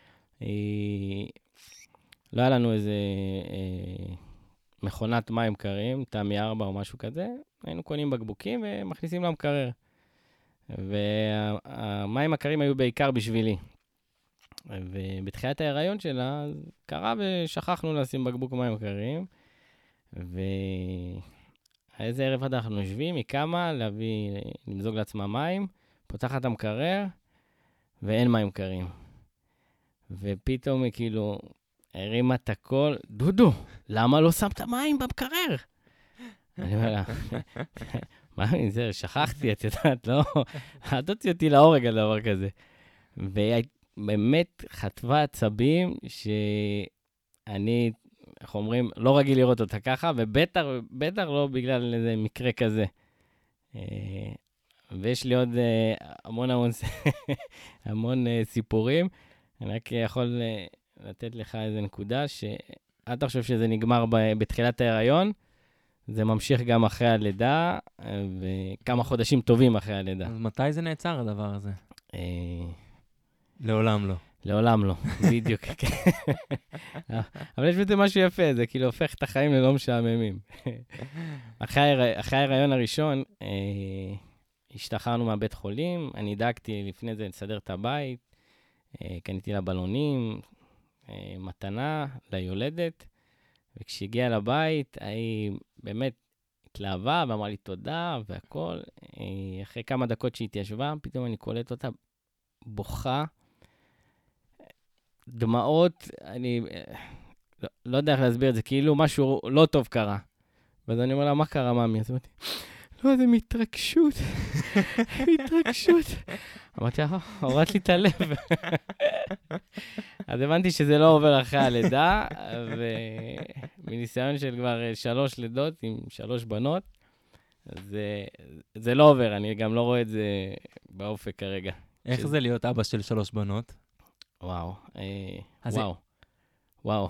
Speaker 2: לא היה לנו איזה מכונת מים קרים, תמי 4 או משהו כזה, היינו קונים בקבוקים ומכניסים למקרר. והמים הקרים היו בעיקר בשבילי. ובתחילת ההיריון שלה, קרה ושכחנו לשים בקבוק מים קרים, ואיזה ערב עד אנחנו יושבים, היא קמה למזוג לעצמה מים, פותחת את המקרר, ואין מים קרים. ופתאום היא כאילו הרימה את הכל, דודו, למה לא שמת מים במקרר? אני אומר לה, מה זה, שכחתי, את יודעת, לא, אל תוציא אותי להורג על דבר כזה. והיא באמת חטבה עצבים שאני, איך אומרים, לא רגיל לראות אותה ככה, ובטח לא בגלל איזה מקרה כזה. ויש לי עוד המון סיפורים. אני רק יכול לתת לך איזה נקודה, שאתה חושב שזה נגמר בתחילת ההיריון, זה ממשיך גם אחרי הלידה, וכמה חודשים טובים אחרי הלידה.
Speaker 1: אז מתי זה נעצר הדבר הזה? לעולם לא.
Speaker 2: לעולם לא, בדיוק. אבל יש בזה משהו יפה, זה כאילו הופך את החיים ללא משעממים. אחרי ההיריון הראשון, השתחררנו מהבית חולים, אני דאגתי לפני זה לסדר את הבית, קניתי לה בלונים, מתנה ליולדת, וכשהגיעה לבית, היא באמת התלהבה ואמרה לי תודה והכל. אחרי כמה דקות שהיא התיישבה, פתאום אני קולט אותה בוכה, דמעות, אני לא יודע איך להסביר את זה, כאילו משהו לא טוב קרה. ואז אני אומר לה, מה קרה, מאמי? אז אמרתי, לא, זה מתרגשות, מתרגשות. אמרתי, הורדת לי את הלב. אז הבנתי שזה לא עובר אחרי הלידה, ומניסיון של כבר 3 לידות עם 3 בנות, זה לא עובר, אני גם לא רואה את זה באופק כרגע.
Speaker 1: איך זה להיות אבא של 3 בנות?
Speaker 2: וואו,
Speaker 1: אז
Speaker 2: וואו, וואו.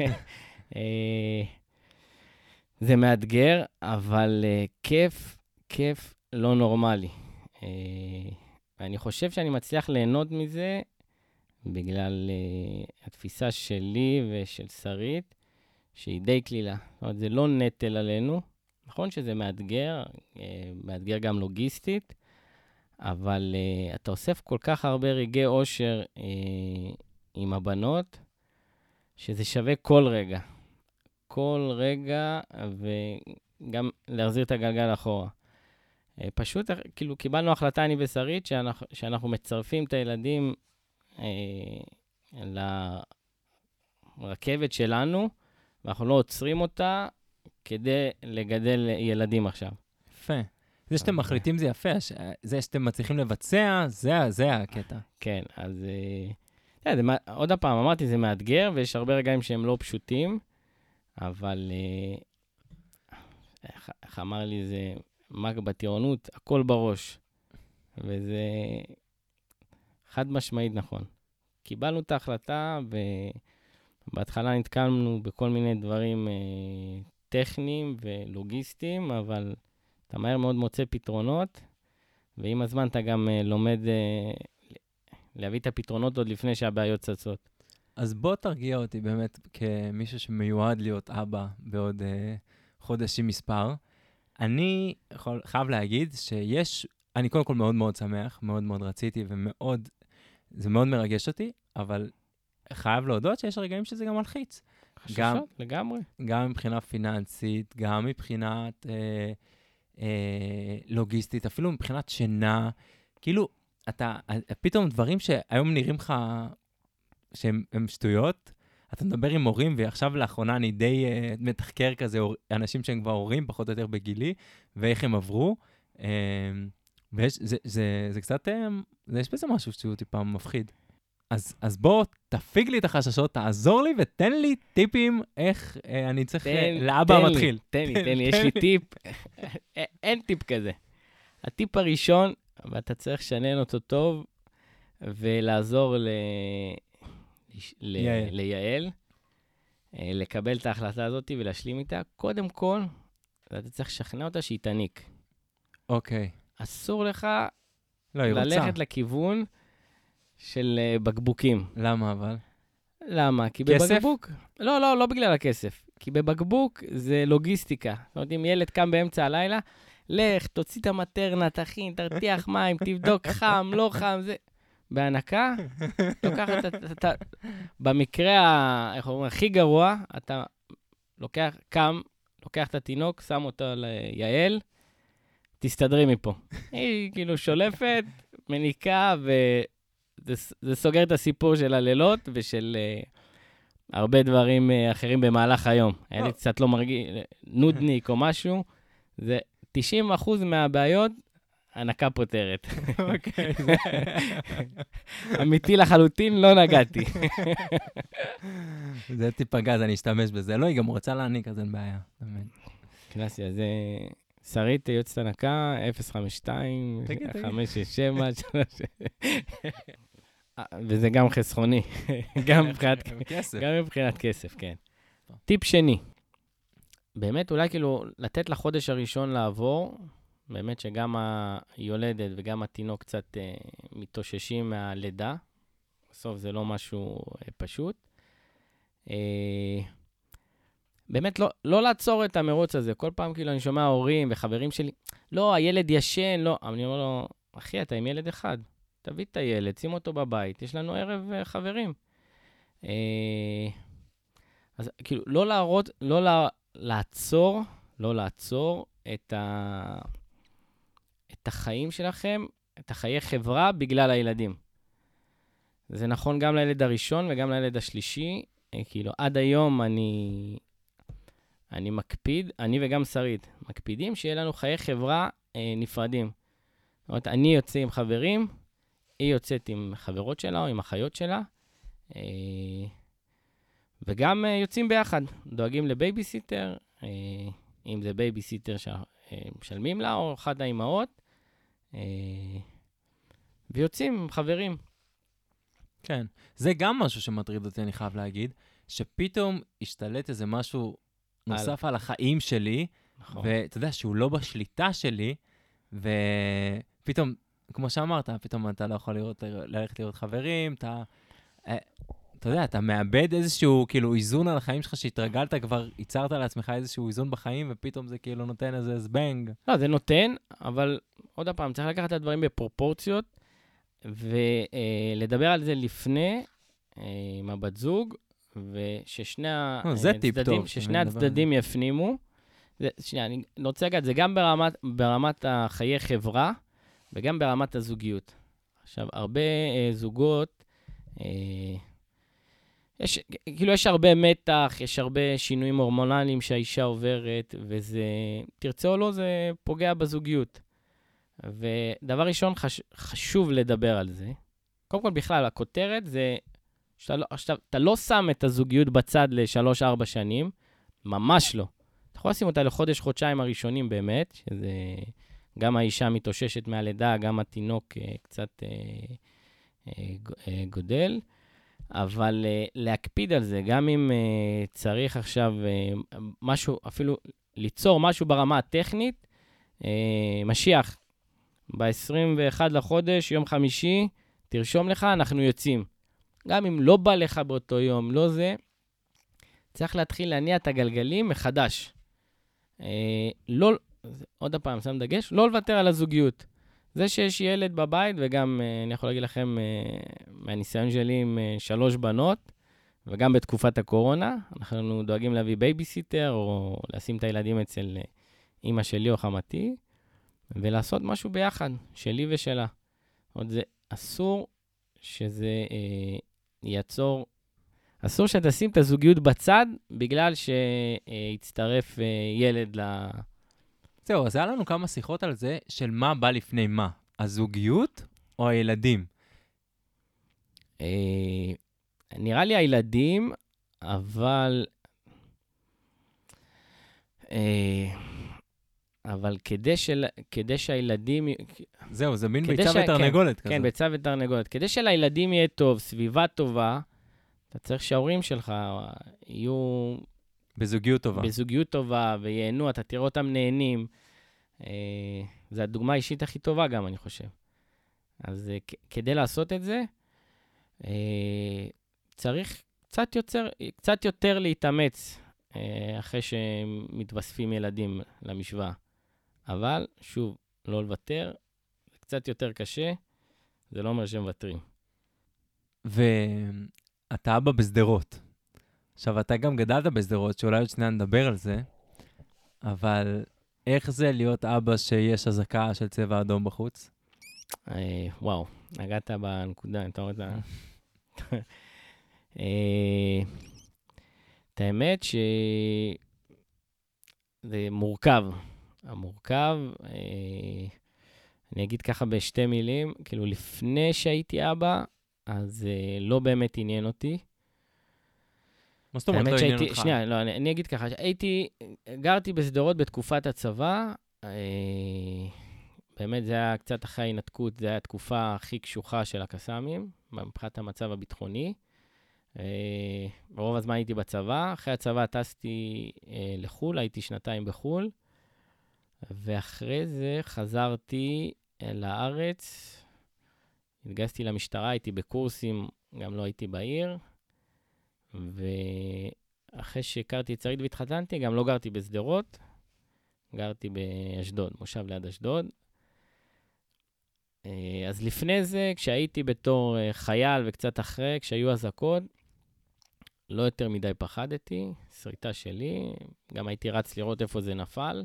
Speaker 2: זה מאתגר, אבל כיף לא נורמלי. אני חושב שאני מצליח ליהנות מזה, בגלל התפיסה שלי ושל שרית, שהיא די כלילה. זאת אומרת, זה לא נטל עלינו. נכון שזה מאתגר, מאתגר גם לוגיסטית, אבל אתה אוסף כל כך הרבה רגעי אושר עם הבנות, שזה שווה כל רגע. כל רגע, וגם להחזיר את הגלגל אחורה. פשוט, כאילו, קיבלנו החלטה, אני ושרית, שאנחנו מצרפים את הילדים לרכבת שלנו, ואנחנו לא עוצרים אותה כדי לגדל ילדים עכשיו.
Speaker 1: יפה. זה שאתם מחליטים זה יפה, זה שאתם מצליחים לבצע, זה הקטע.
Speaker 2: כן, אז עוד הפעם, אמרתי, זה מאתגר, ויש הרבה רגעים שהם לא פשוטים, אבל איך אמר לי, זה מג בטירונות, הכל בראש. וזה חד משמעית נכון. קיבלנו את ההחלטה, ובהתחלה נתקלנו בכל מיני דברים טכניים ולוגיסטיים, אבל אתה מהר מאוד מוצא פתרונות, ועם הזמן אתה גם לומד להביא את הפתרונות עוד לפני שהבעיות צצות.
Speaker 1: אז בוא תרגיע אותי באמת כמישהו שמיועד להיות אבא בעוד חודשים מספר. אני חייב להגיד אני קודם כל מאוד מאוד שמח, מאוד מאוד רציתי זה מאוד מרגש אותי, אבל חייב להודות שיש רגעים שזה גם מלחיץ.
Speaker 2: חששות, לגמרי.
Speaker 1: גם מבחינה פיננסית, גם מבחינת לוגיסטית, אפילו מבחינת שינה. כאילו, פתאום דברים שהיום נראים לך שהם שטויות, אתה מדבר עם הורים, ועכשיו לאחרונה אני די מתחקר כזה, אנשים שהם כבר הורים, פחות או יותר בגילי, ואיך הם עברו. וזה קצת, יש בזה משהו שהוא טיפה מפחיד. אז בוא, תפיג לי את החששות, תעזור לי ותן לי טיפים איך אני צריך לאבא המתחיל.
Speaker 2: תן לי, יש לי טיפ. אין טיפ כזה. הטיפ הראשון, ואתה צריך לשנן אותו טוב, ולעזור ליעל, לקבל את ההחלטה הזאת ולהשלים איתה. קודם כל, אתה צריך לשכנע אותה שהיא תניק.
Speaker 1: אוקיי.
Speaker 2: אסור לך
Speaker 1: ללכת
Speaker 2: לכיוון של בקבוקים.
Speaker 1: למה אבל?
Speaker 2: למה? כי
Speaker 1: כסף?
Speaker 2: בבקבוק... לא בגלל הכסף. כי בבקבוק זה לוגיסטיקה. זאת אומרת, אם ילד קם באמצע הלילה, לך, תוציא את המטרנה, תכין, תרתיח מים, תבדוק חם, לא חם, זה... בהנקה, לוקחת את במקרה, איך אומרים, הכי גרוע, אתה לוקח את התינוק, שם אותו ליעל, תסתדרי מפה. היא כאילו שולפת, מניקה, וזה סוגר את הסיפור של הלילות ושל הרבה דברים אחרים במהלך היום. היה לי קצת לא מרגיש, נודניק או משהו, זה 90% מהבעיות, הנקה פותרת.
Speaker 1: אוקיי.
Speaker 2: אמיתי לחלוטין, לא נגעתי.
Speaker 1: זה טיפה גז, אני אשתמש בזה. לא, היא גם רוצה להעניק, אז אין בעיה.
Speaker 2: קלאסי, אז שרית יוצאת הנקה, 052, 567, וזה גם חסכוני. גם מבחינת כסף, כן. טיפ שני, באמת אולי כאילו לתת לחודש הראשון לעבור, באמת שגם היולדת וגם התינוק קצת מתאוששים מהלידה. בסוף זה לא משהו פשוט. באמת לא לעצור את המרוץ הזה. כל פעם כאילו אני שומע הורים וחברים שלי, לא, הילד ישן, לא. אני אומר לו, אחי, אתה עם ילד אחד. תביא את הילד, שים אותו בבית, יש לנו ערב חברים. אז כאילו, לא לעצור את החיים שלכם, את החיי חברה בגלל הילדים. זה נכון גם לילד הראשון וגם לילד השלישי. כאילו, עד היום אני מקפיד, אני וגם שרית, מקפידים שיהיה לנו חיי חברה נפרדים. זאת אומרת, אני יוצא עם חברים, היא יוצאת עם חברות שלה או עם אחיות שלה, וגם יוצאים ביחד, דואגים לבייביסיטר, אם זה בייביסיטר שמשלמים לה, או אחת האימהות, ויוצאים עם חברים.
Speaker 1: כן, זה גם משהו שמטריד אותי, אני חייב להגיד, שפתאום השתלט איזה משהו נוסף על החיים שלי,
Speaker 2: נכון.
Speaker 1: ואתה יודע שהוא לא בשליטה שלי, ופתאום, כמו שאמרת, פתאום אתה לא יכול ללכת לראות חברים, אתה יודע, אתה מאבד איזשהו כאילו איזון על החיים שלך שהתרגלת, כבר ייצרת לעצמך איזשהו איזון בחיים, ופתאום זה כאילו נותן איזה זבנג.
Speaker 2: לא, זה נותן, אבל עוד הפעם, צריך לקחת את הדברים בפרופורציות, ולדבר על זה לפני עם הבת זוג, וששני הצדדים יפנימו. שנייה, אני רוצה להגיד, זה גם ברמת החיי חברה, וגם ברמת הזוגיות. עכשיו, הרבה זוגות, יש הרבה מתח, יש הרבה שינויים הורמונליים שהאישה עוברת, וזה, תרצה או לא, זה פוגע בזוגיות. ודבר ראשון, חשוב לדבר על זה. קודם כל, בכלל, הכותרת זה, שאתה לא שם את הזוגיות בצד ל3-4 שנים, ממש לא. אתה יכול לשים אותה לחודש, חודשיים הראשונים באמת, שזה גם האישה מתאוששת מהלידה, גם התינוק קצת גודל, אבל להקפיד על זה, גם אם צריך עכשיו משהו, אפילו ליצור משהו ברמה הטכנית, משיח, ב-21 לחודש, יום חמישי, תרשום לך, אנחנו יוצאים. גם אם לא בא לך באותו יום, לא זה, צריך להתחיל להניע את הגלגלים מחדש. לא, עוד הפעם, שם דגש, לא לוותר על הזוגיות. זה שיש ילד בבית, וגם אני יכול להגיד לכם מהניסיון שלי עם 3 בנות, וגם בתקופת הקורונה, אנחנו דואגים להביא בייביסיטר, או לשים את הילדים אצל אמא שלי או חמתי, ולעשות משהו ביחד, שלי ושלה. עוד זה אסור שזה יעצור, אסור שתשים את הזוגיות בצד, בגלל שיצטרף ילד
Speaker 1: זהו, אז היה לנו כמה שיחות על זה, של מה בא לפני מה, הזוגיות או הילדים?
Speaker 2: נראה לי הילדים, אבל כדי שהילדים...
Speaker 1: זהו, זה מין ביצה ותרנגולת כזה.
Speaker 2: כן, ביצה ותרנגולת. כדי שלילדים יהיה טוב, סביבה טובה, אתה צריך שההורים שלך יהיו...
Speaker 1: בזוגיות טובה.
Speaker 2: בזוגיות טובה, וייהנו, אתה תראה אותם נהנים. זו הדוגמה האישית הכי טובה גם, אני חושב. אז כדי לעשות את זה, צריך קצת יותר להתאמץ, אחרי שמתווספים ילדים למשוואה. אבל, שוב, לא לוותר, זה קצת יותר קשה, זה לא אומר שהם מוותרים.
Speaker 1: ואתה אבא בסדרות. עכשיו, אתה גם גדלת בסדרות, שאולי עוד שנייה נדבר על זה, אבל איך זה להיות אבא שיש אזעקה של צבע אדום בחוץ?
Speaker 2: וואו, נגעת בנקודה, אתה רואה את ה... את האמת שזה מורכב. המורכב, אני אגיד ככה בשתי מילים, כאילו לפני שהייתי אבא, אז לא באמת עניין אותי.
Speaker 1: מה זאת אומרת לא עניין אותך?
Speaker 2: שנייה, לא, אני אגיד ככה, גרתי בסדרות בתקופת הצבא, באמת זה היה קצת אחרי ההינתקות, זה היה התקופה הכי קשוחה של הקסאמים, מבחינת המצב הביטחוני. ברוב הזמן הייתי בצבא, אחרי הצבא טסתי לחול, הייתי 2 בחול, ואחרי זה חזרתי לארץ, התגייסתי למשטרה, הייתי בקורסים, גם לא הייתי בעיר, ואחרי שהכרתי את שרית והתחתנתי, גם לא גרתי בסדרות, גרתי באשדוד, מושב ליד אשדוד. אז לפני זה, כשהייתי בתור חייל וקצת אחרי, כשהיו אזעקות, לא יותר מדי פחדתי, שריטה שלי, גם הייתי רץ לראות איפה זה נפל,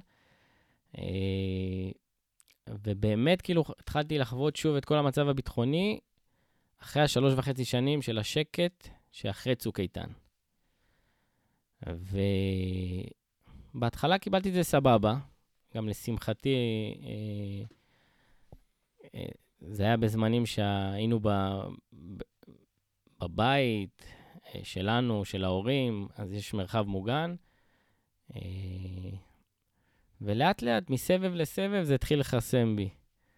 Speaker 2: ובאמת כאילו התחלתי לחוות שוב את כל המצב הביטחוני, אחרי 3.5 שנים של השקט שאחרי צוק איתן. ובהתחלה קיבלתי את זה סבבה, גם לשמחתי, זה היה בזמנים שהיינו בבית שלנו, של ההורים, אז יש מרחב מוגן, ולאט לאט, מסבב לסבב, זה התחיל לחסם בי.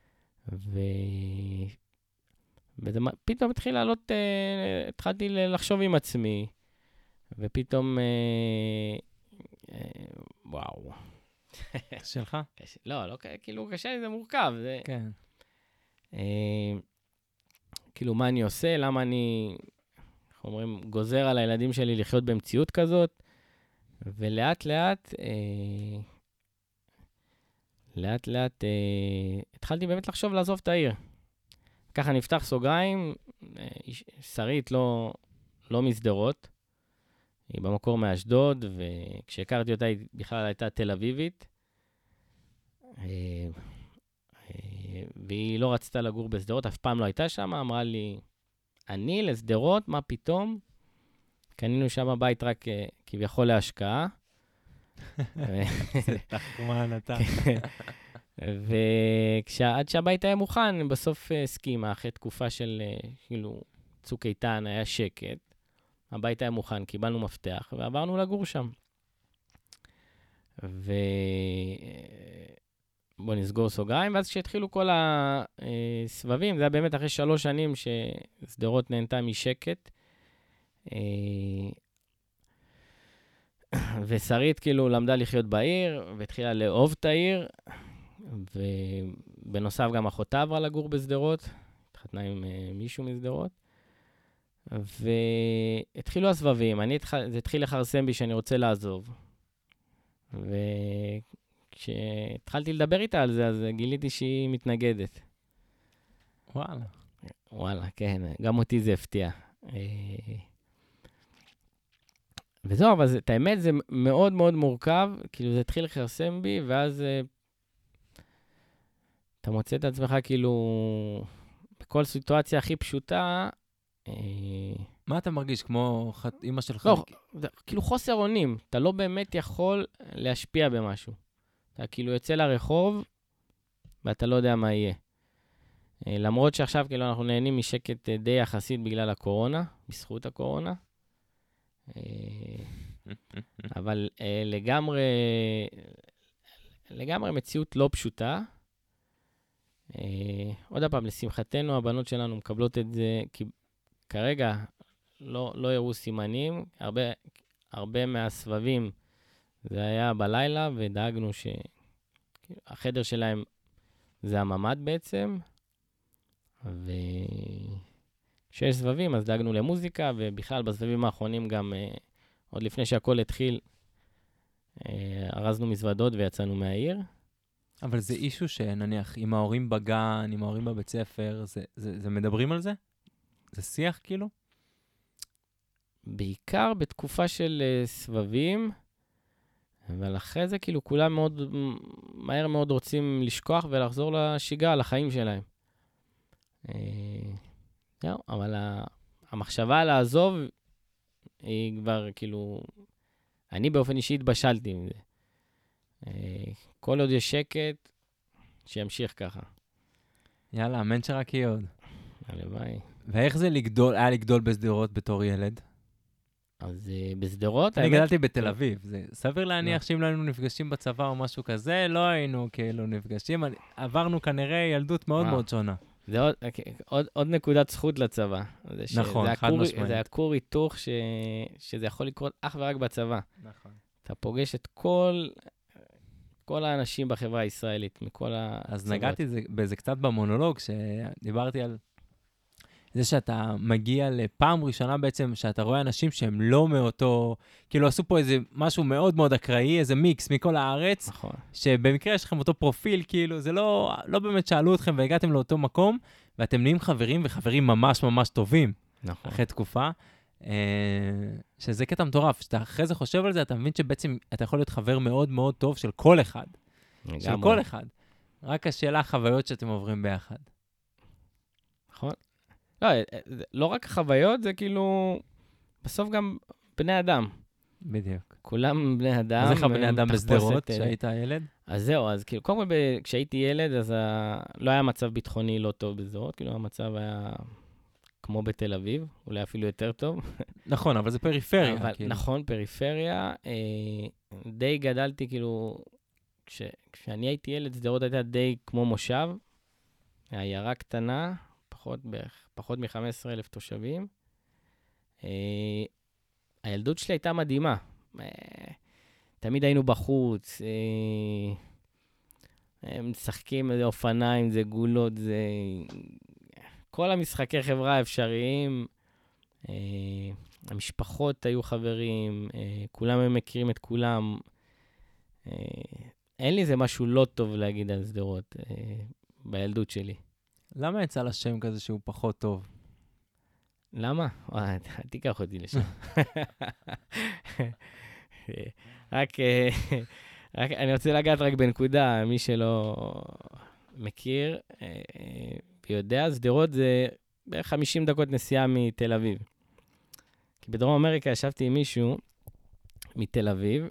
Speaker 2: ופתאום התחיל לעלות, התחלתי לחשוב עם עצמי, ופתאום, וואו.
Speaker 1: שלך?
Speaker 2: לא, כאילו קשה לי, זה מורכב.
Speaker 1: כן.
Speaker 2: כאילו, מה אני עושה? למה אני, איך אומרים, גוזר על הילדים שלי לחיות במציאות כזאת? ולאט לאט, התחלתי באמת לחשוב לעזוב את העיר. ככה נפתח סוגריים, שרית לא מסדרות, היא במקור מאשדוד, וכשהכרתי אותה היא בכלל הייתה תל אביבית, והיא לא רצתה לגור בסדרות, אף פעם לא הייתה שם, אמרה לי, אני לסדרות, מה פתאום? קנינו שם בית רק כביכול להשקעה.
Speaker 1: זה תחמן אתה.
Speaker 2: ועד שהבית היה מוכן, בסוף הסכימה, אחרי תקופה של כאילו צוק איתן, היה שקט, הבית היה מוכן, קיבלנו מפתח, ועברנו לגור שם. בוא נסגור סוגריים, ואז כשהתחילו כל הסבבים, זה היה באמת אחרי 3 שנים שסדרות נהנתה משקט, ושרית כאילו למדה לחיות בעיר, והתחילה לאהוב את העיר, ובנוסף גם אחותה עברה לגור בסדרות, התחתנה עם מישהו מסדרות, והתחילו הסבבים, זה התחיל לחרסם בי שאני רוצה לעזוב, וכשהתחלתי לדבר איתה על זה, אז גיליתי שהיא מתנגדת. וואלה, כן, גם אותי זה הפתיע. וזהו, אבל את האמת זה מאוד מאוד מורכב, כאילו זה התחיל לחרסם בי, ואז אתה מוצא את עצמך כאילו, בכל סיטואציה הכי פשוטה,
Speaker 1: מה אתה מרגיש? כמו אמא שלך?
Speaker 2: לא, כאילו חוסר אונים, אתה לא באמת יכול להשפיע במשהו. אתה כאילו יוצא לרחוב, ואתה לא יודע מה יהיה. למרות שעכשיו כאילו אנחנו נהנים משקט די יחסית בגלל הקורונה, בזכות הקורונה, אבל לגמרי מציאות לא פשוטה. עוד פעם, לשמחתנו, הבנות שלנו מקבלות את זה, כי כרגע לא הראו סימנים. הרבה מהסבבים זה היה בלילה, ודאגנו שהחדר שלהם זה הממד בעצם, וכשיש סבבים, אז דאגנו למוזיקה, ובכלל בסבבים האחרונים גם, עוד לפני שהכל התחיל, ארזנו מזוודות ויצאנו מהעיר.
Speaker 1: אבל זה אישו שנניח, עם ההורים בגן, עם ההורים בבית ספר, זה מדברים על זה? זה שיח כאילו?
Speaker 2: בעיקר בתקופה של סבבים, אבל אחרי זה כאילו כולם מהר מאוד רוצים לשכוח ולחזור לשגרה, לחיים שלהם. אבל המחשבה לעזוב היא כבר כאילו, אני באופן אישי התבשלתי מזה. כל עוד יש שקט, שימשיך ככה.
Speaker 1: יאללה, אמן שרק יהיה עוד.
Speaker 2: הלוואי.
Speaker 1: ואיך זה היה לגדול בסדרות בתור ילד?
Speaker 2: אז בסדרות...
Speaker 1: אני גדלתי בתל אביב. זה סביר להניח שאם לא היינו נפגשים בצבא או משהו כזה, לא היינו כאילו נפגשים. עברנו כנראה ילדות מאוד מאוד שונה.
Speaker 2: זה עוד נקודת זכות לצצבא.
Speaker 1: נכון, חד משמעית.
Speaker 2: זה הכור היתוך שזה יכול לקרות אך ורק בצבא.
Speaker 1: נכון.
Speaker 2: אתה פוגש את כל האנשים בחברה הישראלית, מכל הצבאות.
Speaker 1: אז נגעתי בזה קצת במונולוג, שדיברתי על זה שאתה מגיע לפעם ראשונה בעצם, שאתה רואה אנשים שהם לא מאותו, כאילו עשו פה איזה משהו מאוד מאוד אקראי, איזה מיקס מכל הארץ,
Speaker 2: נכון.
Speaker 1: שבמקרה יש לכם אותו פרופיל, כאילו זה לא באמת שאלו אתכם והגעתם לאותו מקום, ואתם נהיים חברים וחברים ממש ממש טובים.
Speaker 2: נכון.
Speaker 1: אחרי תקופה. שזה קטע מטורף, שאתה אחרי זה חושב על זה, אתה מבין שבעצם אתה יכול להיות חבר מאוד מאוד טוב של כל אחד. של כל אחד. רק השאלה, החוויות שאתם עוברים ביחד.
Speaker 2: נכון. לא, לא רק חוויות, זה כאילו, בסוף גם בני אדם.
Speaker 1: בדיוק.
Speaker 2: כולם בני אדם.
Speaker 1: אז איך הבני אדם
Speaker 2: תחפושת,
Speaker 1: בשדרות כשהיית ילד?
Speaker 2: אז זהו, אז כאילו, קודם כל, כשהייתי ילד, אז לא היה מצב ביטחוני לא טוב בשדרות, כאילו המצב היה כמו בתל אביב, אולי אפילו יותר טוב.
Speaker 1: נכון, אבל זה פריפריה.
Speaker 2: אבל,
Speaker 1: כאילו.
Speaker 2: נכון, פריפריה. די גדלתי, כאילו, כשאני הייתי ילד, שדרות הייתה די כמו מושב, עיירה קטנה, פחות מ-15,000 תושבים. הילדות שלי הייתה מדהימה. תמיד היינו בחוץ, משחקים אופניים, זה גולות, זה... כל המשחקי חברה האפשריים, המשפחות היו חברים, כולם הם מכירים את כולם. אין לי זה משהו לא טוב להגיד על שדרות בילדות שלי.
Speaker 1: למה יצא לשם כזה שהוא פחות טוב?
Speaker 2: למה? תיקח אותי לשם. רק אני רוצה לגעת רק בנקודה, מי שלא מכיר ויודע, שדרות זה בערך 50 דקות נסיעה מתל אביב. כי בדרום אמריקה ישבתי עם מישהו מתל אביב,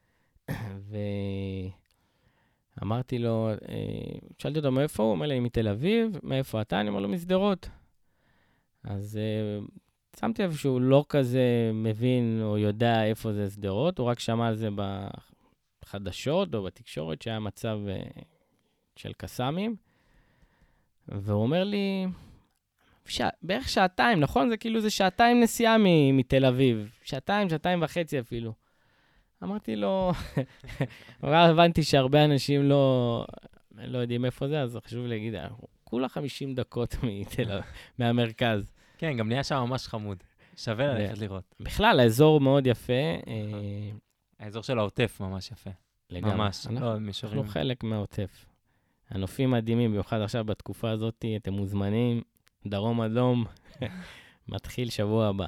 Speaker 2: ואמרתי לו, שאלתי אותו מאיפה הוא, אומר לי מתל אביב, מאיפה אתה? אני אומר לו משדרות. אז שמתי לב שהוא לא כזה מבין או יודע איפה זה שדרות, הוא רק שמע על זה בחדשות או בתקשורת שהיה מצב של קסאמים, והוא אומר לי, בערך שעתיים, נכון? זה כאילו זה שעתיים נסיעה מתל אביב, שעתיים וחצי אפילו. אמרתי לו, הבנתי שהרבה אנשים לא יודעים איפה זה, אז חשוב להגיד, כולה 50 דקות מהמרכז.
Speaker 1: כן, גם נהיה שם ממש חמוד. שווה ללכת לראות.
Speaker 2: בכלל, האזור מאוד יפה.
Speaker 1: האזור של העוטף ממש יפה.
Speaker 2: לגמרי.
Speaker 1: ממש, לא מישורים.
Speaker 2: אנחנו חלק מהעוטף. הנופים מדהימים, במיוחד עכשיו בתקופה הזאת, אתם מוזמנים, דרום אדום, מתחיל שבוע הבא.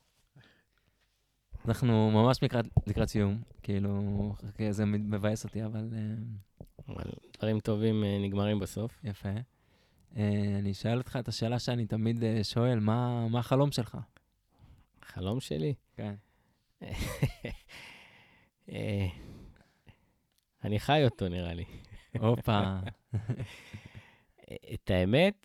Speaker 1: אנחנו ממש לקראת סיום, כאילו, זה מבאס אותי, אבל
Speaker 2: דברים טובים נגמרים בסוף.
Speaker 1: יפה. אני אשאל אותך את השאלה שאני תמיד שואל, מה החלום שלך?
Speaker 2: החלום שלי?
Speaker 1: כן.
Speaker 2: אני חי אותו, נראה לי.
Speaker 1: הופה.
Speaker 2: את האמת,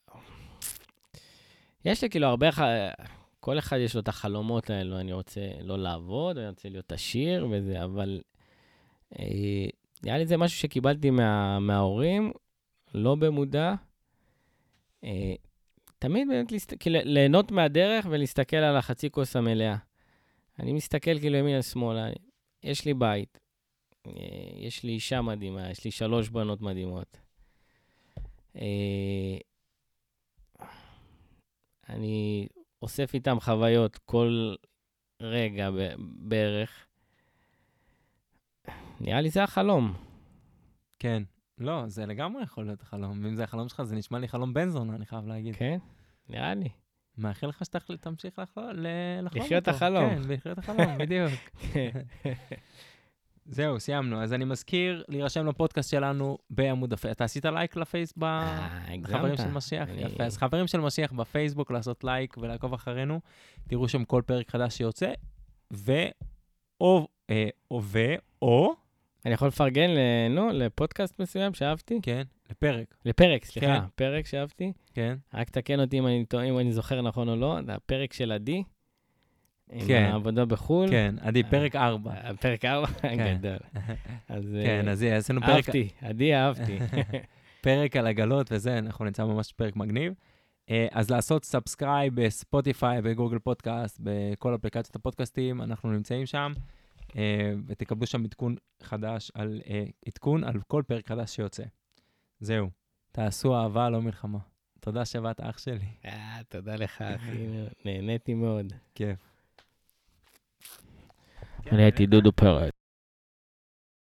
Speaker 2: יש לי כאילו הרבה, כל אחד יש לו את החלומות האלו, אני רוצה לא לעבוד, אני רוצה להיות עשיר וזה, אבל נראה לי זה משהו שקיבלתי מההורים, לא במודע. תמיד באמת ליהנות מהדרך ולהסתכל על החצי כוס המלאה. אני מסתכל כאילו ימין על שמאלה, יש לי בית, יש לי אישה מדהימה, יש לי 3 בנות מדהימות. אני אוסף איתם חוויות כל רגע בערך. נראה לי זה החלום.
Speaker 1: כן. לא, זה לגמרי יכול להיות החלום. אם זה החלום שלך, זה נשמע לי חלום בן זונה, אני חייב להגיד.
Speaker 2: כן, נראה לי.
Speaker 1: מאחל לך שתמשיך לחלום אותו.
Speaker 2: לחיות החלום.
Speaker 1: כן, לחיות החלום, בדיוק. זהו, סיימנו. אז אני מזכיר להירשם לפודקאסט שלנו בעמוד הפייסבוק. אתה עשית לייק לפייסבוק בחברים של משיח? יפה. אז חברים של משיח בפייסבוק, לעשות לייק ולעקוב אחרינו. תראו שם כל פרק חדש שיוצא. או...
Speaker 2: אני יכול לפרגן לפודקאסט מסוים שאהבתי?
Speaker 1: כן, לפרק.
Speaker 2: לפרק, סליחה. פרק שאהבתי.
Speaker 1: כן.
Speaker 2: רק תקן אותי אם אני זוכר נכון או לא. זה הפרק של עדי.
Speaker 1: כן.
Speaker 2: עם העבודה בחול.
Speaker 1: כן, עדי, פרק 4.
Speaker 2: פרק 4? גדול.
Speaker 1: כן, אז עשינו פרק...
Speaker 2: עדי אהבתי.
Speaker 1: פרק על עגלות וזה, אנחנו נמצא ממש פרק מגניב. אז לעשות סאבסקרייב בספוטיפיי, בגוגל פודקאסט, בכל אפליקציות הפודקאסטים, אנחנו נמצאים שם, ותקבלו שם עדכון על כל פרק חדש שיוצא. זהו, תעשו אהבה, לא מלחמה. תודה שבאת אח שלי.
Speaker 2: תודה לך, אחי, נהניתי מאוד.
Speaker 1: כיף.
Speaker 2: אני הייתי דודו פרץ.